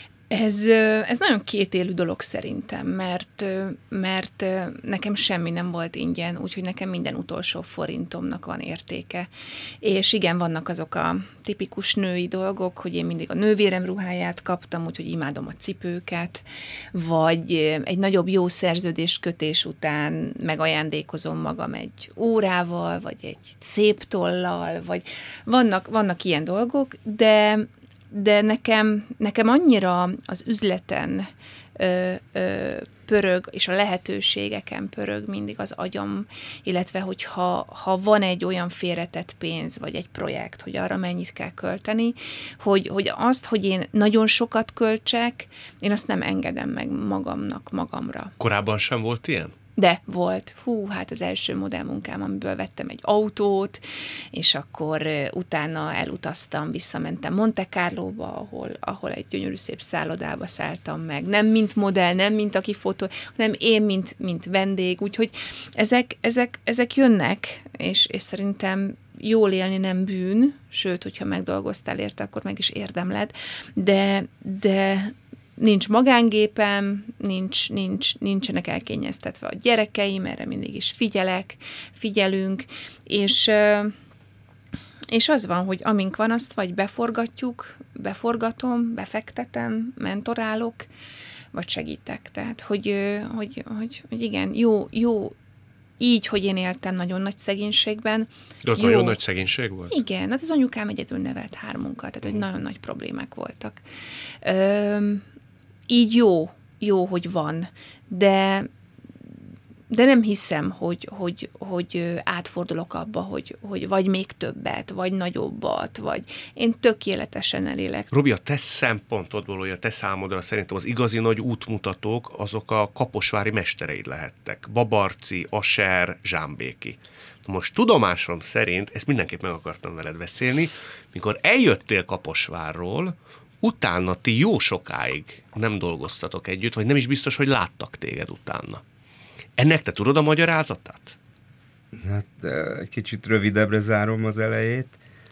Speaker 3: Ez, ez nagyon kétélű dolog szerintem, mert, mert nekem semmi nem volt ingyen, úgyhogy nekem minden utolsó forintomnak van értéke. És igen, vannak azok a tipikus női dolgok, hogy én mindig a nővérem ruháját kaptam, úgyhogy imádom a cipőket, vagy egy nagyobb jó szerződéskötés után megajándékozom magam egy órával, vagy egy szép tollal, vagy vannak, vannak ilyen dolgok, de de nekem, nekem annyira az üzleten ö, ö, pörög, és a lehetőségeken pörög mindig az agyam, illetve hogyha ha van egy olyan félretett pénz, vagy egy projekt, hogy arra mennyit kell költeni, hogy, hogy azt, hogy én nagyon sokat költsek, én azt nem engedem meg magamnak, magamra.
Speaker 1: Korábban sem volt ilyen?
Speaker 3: De volt. Hú, hát az első modellmunkám, amiből vettem egy autót, és akkor uh, utána elutaztam, visszamentem Monte Carlóba, ahol, ahol egy gyönyörű szép szállodába szálltam meg. Nem mint modell, nem mint aki fotó, hanem én, mint, mint vendég. Úgyhogy ezek, ezek, ezek jönnek, és, és szerintem jól élni nem bűn, sőt, hogyha megdolgoztál érte, akkor meg is érdemled, de, de nincs magángépem, nincs, nincs, nincsenek elkényeztetve a gyerekeim, erre mindig is figyelek, figyelünk, és, és az van, hogy amink van, azt vagy beforgatjuk, beforgatom, befektetem, mentorálok, vagy segítek. Tehát, hogy, hogy, hogy, hogy igen, jó, jó így, hogy én éltem nagyon nagy szegénységben.
Speaker 1: De az jó. Nagyon nagy szegénység volt?
Speaker 3: Igen, hát az anyukám egyedül nevelt hármunkat, tehát, hogy nagyon nagy problémák voltak. Ö, így jó, jó, hogy van, de, de nem hiszem, hogy, hogy, hogy átfordulok abba, hogy, hogy vagy még többet, vagy nagyobbat, vagy én tökéletesen elélek.
Speaker 1: Robi, a te szempontodból, vagy a te számodra szerintem az igazi nagy útmutatók azok a kaposvári mestereid lehettek. Babarci, Aser, Zsámbéki. Most tudomásom szerint, ezt mindenképp meg akartam veled beszélni, mikor eljöttél Kaposvárról, utána ti jó sokáig nem dolgoztatok együtt, vagy nem is biztos, hogy láttak téged utána. Ennek te tudod a magyarázatát?
Speaker 2: Hát egy kicsit rövidebbre zárom az elejét.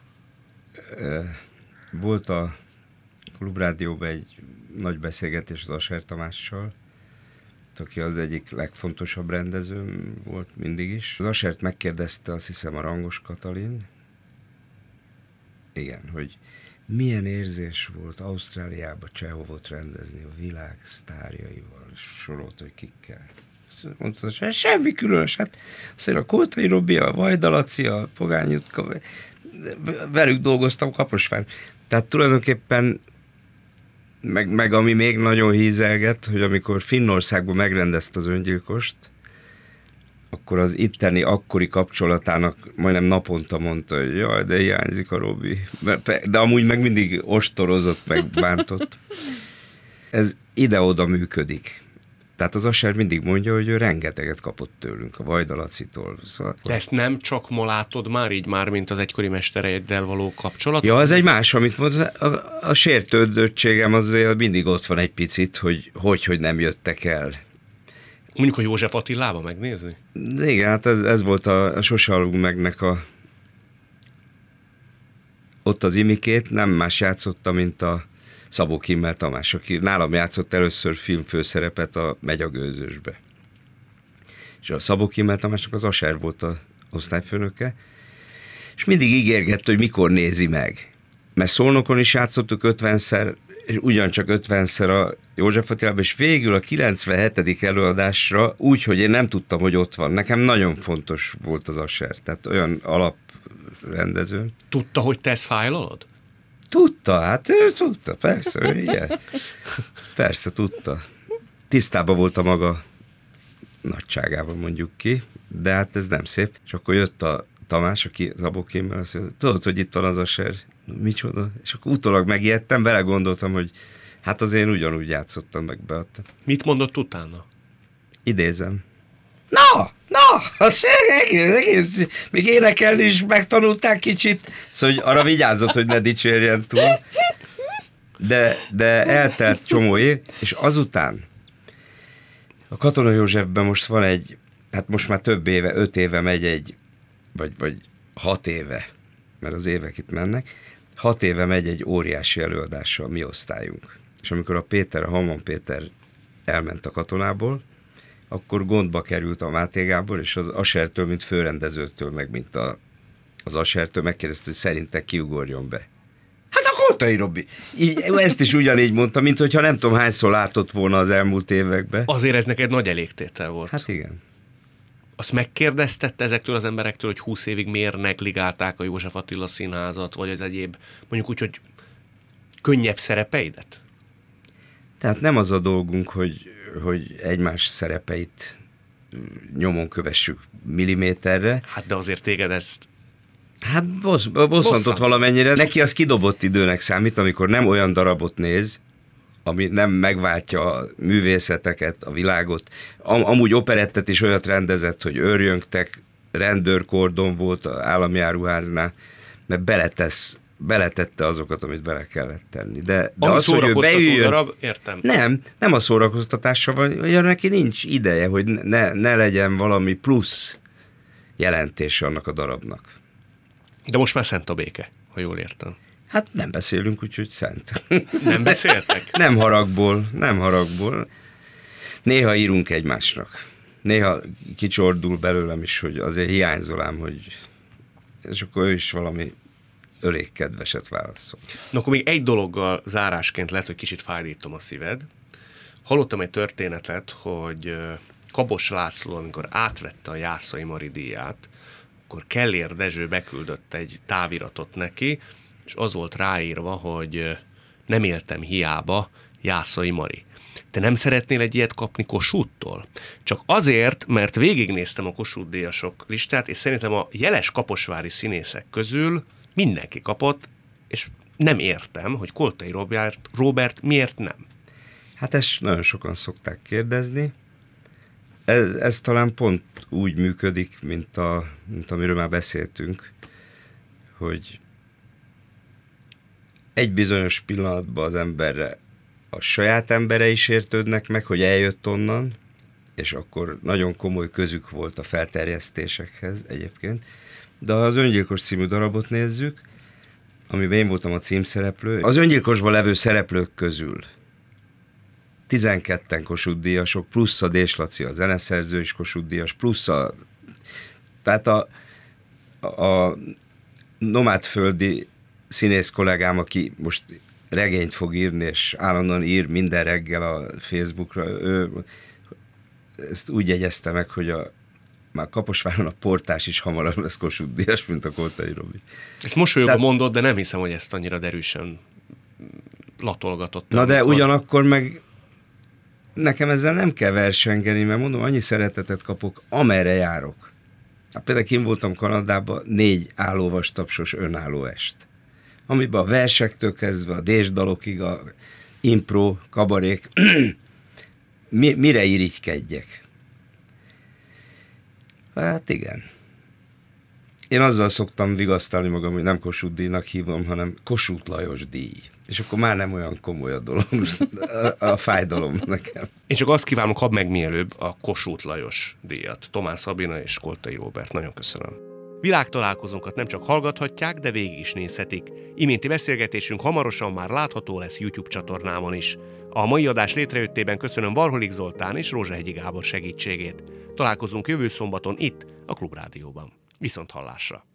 Speaker 2: Volt a Klubrádióban egy nagy beszélgetés az Aser Tamással, aki az egyik legfontosabb rendezőm volt mindig is. Az Asert megkérdezte, azt hiszem, a Rangos Katalin, igen, hogy milyen érzés volt Ausztráliába Csehovot rendezni a világ sztárjaival, és sorolt, hogy kikkel. Mondta, hogy semmi különös, hát szóval a Koltai Robi, a Vajda Laci, a Pogány Jutka, velük dolgoztam Kaposvár. Tehát tulajdonképpen meg, meg ami még nagyon hízelget, hogy amikor Finnországban megrendezte az Öngyilkost, akkor az itteni akkori kapcsolatának majdnem naponta mondta, hogy jaj, de hiányzik a Robi. De amúgy meg mindig ostorozott, meg bántott. Ez ide-oda működik. Tehát az Aser mindig mondja, hogy ő rengeteget kapott tőlünk, a Vajda Lacitól. Szóval...
Speaker 1: De ezt nem csak ma látod már így már, mint az egykori mestereiddel való kapcsolat?
Speaker 2: Ja, az egy más, amit mond, a, a sértődöttségem azért mindig ott van egy picit, hogy hogy, hogy nem jöttek el.
Speaker 1: Mondjuk a József Attilába megnézni?
Speaker 2: De igen, hát ez, ez volt a, a Sose halunk megnek a, ott az Imikét nem más játszotta, mint a Szabó Kimmel Tamás, aki nálam játszott először filmfőszerepet a Megy a gőzösbe. És a Szabó Kimmel Tamásnak az Aser volt a osztályfőnöke, és mindig ígérgette, hogy mikor nézi meg. Mert Szolnokon is játszottuk ötvenszer, és ugyancsak ötvenszer a József Attilában, és végül a kilencvenhetedik előadásra úgy, hogy én nem tudtam, hogy ott van. Nekem nagyon fontos volt az Aser, tehát olyan alaprendező.
Speaker 1: Tudta, hogy te ezt fájlolod?
Speaker 2: Tudta, hát ő tudta, persze, ő ilyen. Persze, tudta. Tisztában volt a maga nagyságában, mondjuk ki, de hát ez nem szép. És akkor jött a Tamás, aki az Abokémmel, azt mondja, tudod, hogy itt van az Aser? Micsoda? És akkor utólag megijedtem, belegondoltam, hogy hát az én ugyanúgy játszottam, meg beadtam.
Speaker 1: Mit mondott utána?
Speaker 2: Idézem. Na, na, az egész, egész, még énekelni is megtanulták kicsit, szóval hogy arra vigyázott, hogy ne dicsérjen túl. De, de eltelt csomó év, és azután a Katona Józsefben most van egy, hát most már több éve, öt éve megy egy, vagy, vagy hat éve, mert az évek itt mennek, hat éve megy egy óriási előadása a mi osztályunk. És amikor a Péter, a Hamon Péter elment a katonából, akkor gondba került a Máté Gábor, és az Asertől, mint főrendezőtől, meg mint a, az Asertől megkérdezte, hogy szerintek kiugorjon be. Hát a Koltai Robi. Így, ezt is ugyanígy mondta, mint hogyha nem tudom hányszor látott volna az elmúlt években.
Speaker 1: Azért ez neked nagy elégtétel volt.
Speaker 2: Hát igen.
Speaker 1: Azt megkérdeztette ezektől az emberektől, hogy húsz évig miért negligálták a József Attila Színházat, vagy az egyéb, mondjuk úgy, hogy könnyebb szerepeidet?
Speaker 2: Tehát nem az a dolgunk, hogy, hogy egymás szerepeit nyomon kövessük milliméterre.
Speaker 1: Hát de azért téged ezt...
Speaker 2: Hát bosz, bosszantott valamennyire. Neki az kidobott időnek számít, amikor nem olyan darabot néz, ami nem megváltja a művészeteket, a világot. Am- amúgy operettet is olyat rendezett, hogy őrjöngtek, rendőrkordon volt az állami áruháznál, mert beletesz, beletette azokat, amit bele kellett tenni. De, de
Speaker 1: ami
Speaker 2: az, hogy ő beüljön...
Speaker 1: darab, értem.
Speaker 2: Nem, nem a szórakoztatásra van, hogy neki nincs ideje, hogy ne, ne legyen valami plusz jelentése annak a darabnak.
Speaker 1: De most már szent a béke, ha jól értem.
Speaker 2: Hát nem beszélünk, úgyhogy szent.
Speaker 1: Nem beszéltek?
Speaker 2: Nem haragból, nem haragból. Néha írunk egymásnak. Néha kicsordul belőlem is, hogy azért hiányzol ám, hogy... És akkor ő is valami elég kedveset válaszol.
Speaker 1: Na akkor még egy dologgal zárásként lehet, hogy kicsit fájdítom a szíved. Hallottam egy történetet, hogy Kabos László, amikor átvette a Jászai Mari díját, akkor Kellér Dezső beküldött egy táviratot neki, és az volt ráírva, hogy nem éltem hiába, Jászai Mari. Te nem szeretnél egy ilyet kapni Kossuth-tól? Csak azért, mert végignéztem a Kossuth-díjasok listát, és szerintem a jeles kaposvári színészek közül mindenki kapott, és nem értem, hogy Koltai Robert, Robert miért nem.
Speaker 2: Hát ezt nagyon sokan szokták kérdezni. Ez, ez talán pont úgy működik, mint, a, mint amiről már beszéltünk, hogy egy bizonyos pillanatban az emberre a saját embere is értődnek meg, hogy eljött onnan, és akkor nagyon komoly közük volt a felterjesztésekhez egyébként. De ha az Öngyilkos című darabot nézzük, amiben én voltam a címszereplő, az Öngyilkosban levő szereplők közül tizenketten Kossuth-díjasok, plusz a Dés Laci, a zeneszerző is Kossuth-díjas, plusz a... Tehát a, a, a nomádföldi színész kollégám, aki most regényt fog írni, és állandóan ír minden reggel a Facebookra, ő ezt úgy jegyezte meg, hogy a, már Kaposváron a Portás is hamarabb lesz Kossuth-díjas, mint a Koltai Robi.
Speaker 1: Ezt mosolyogva
Speaker 2: Tehát,
Speaker 1: mondod, de nem hiszem, hogy ezt annyira derűsen latolgatott.
Speaker 2: Na de
Speaker 1: amikor...
Speaker 2: ugyanakkor meg nekem ezzel nem kell versengeni, mert mondom, annyi szeretetet kapok, amerre járok. Hát például én voltam Kanadában négy állóvastapsos önálló est, amiben a versektől kezdve a désdalokig, a impro, kabarék, mi, mire irigykedjek. Hát igen. Én azzal szoktam vigasztalni magam, hogy nem Kossuth-díjnak hívom, hanem Kossuth Lajos díj. És akkor már nem olyan komoly a dolog, a, a fájdalom nekem.
Speaker 1: Én csak azt kívánom, kap meg mielőbb a Kossuth Lajos díjat. Tomán Szabina és Koltai Róbert. Nagyon köszönöm. Világtalálkozónkat nem csak hallgathatják, de végig is nézhetik. Iménti beszélgetésünk hamarosan már látható lesz YouTube csatornámon is. A mai adás létrejöttében köszönöm Varholik Zoltán és Rózsahegyi Gábor segítségét. Találkozunk jövő szombaton itt, a Klubrádióban. Viszont hallásra!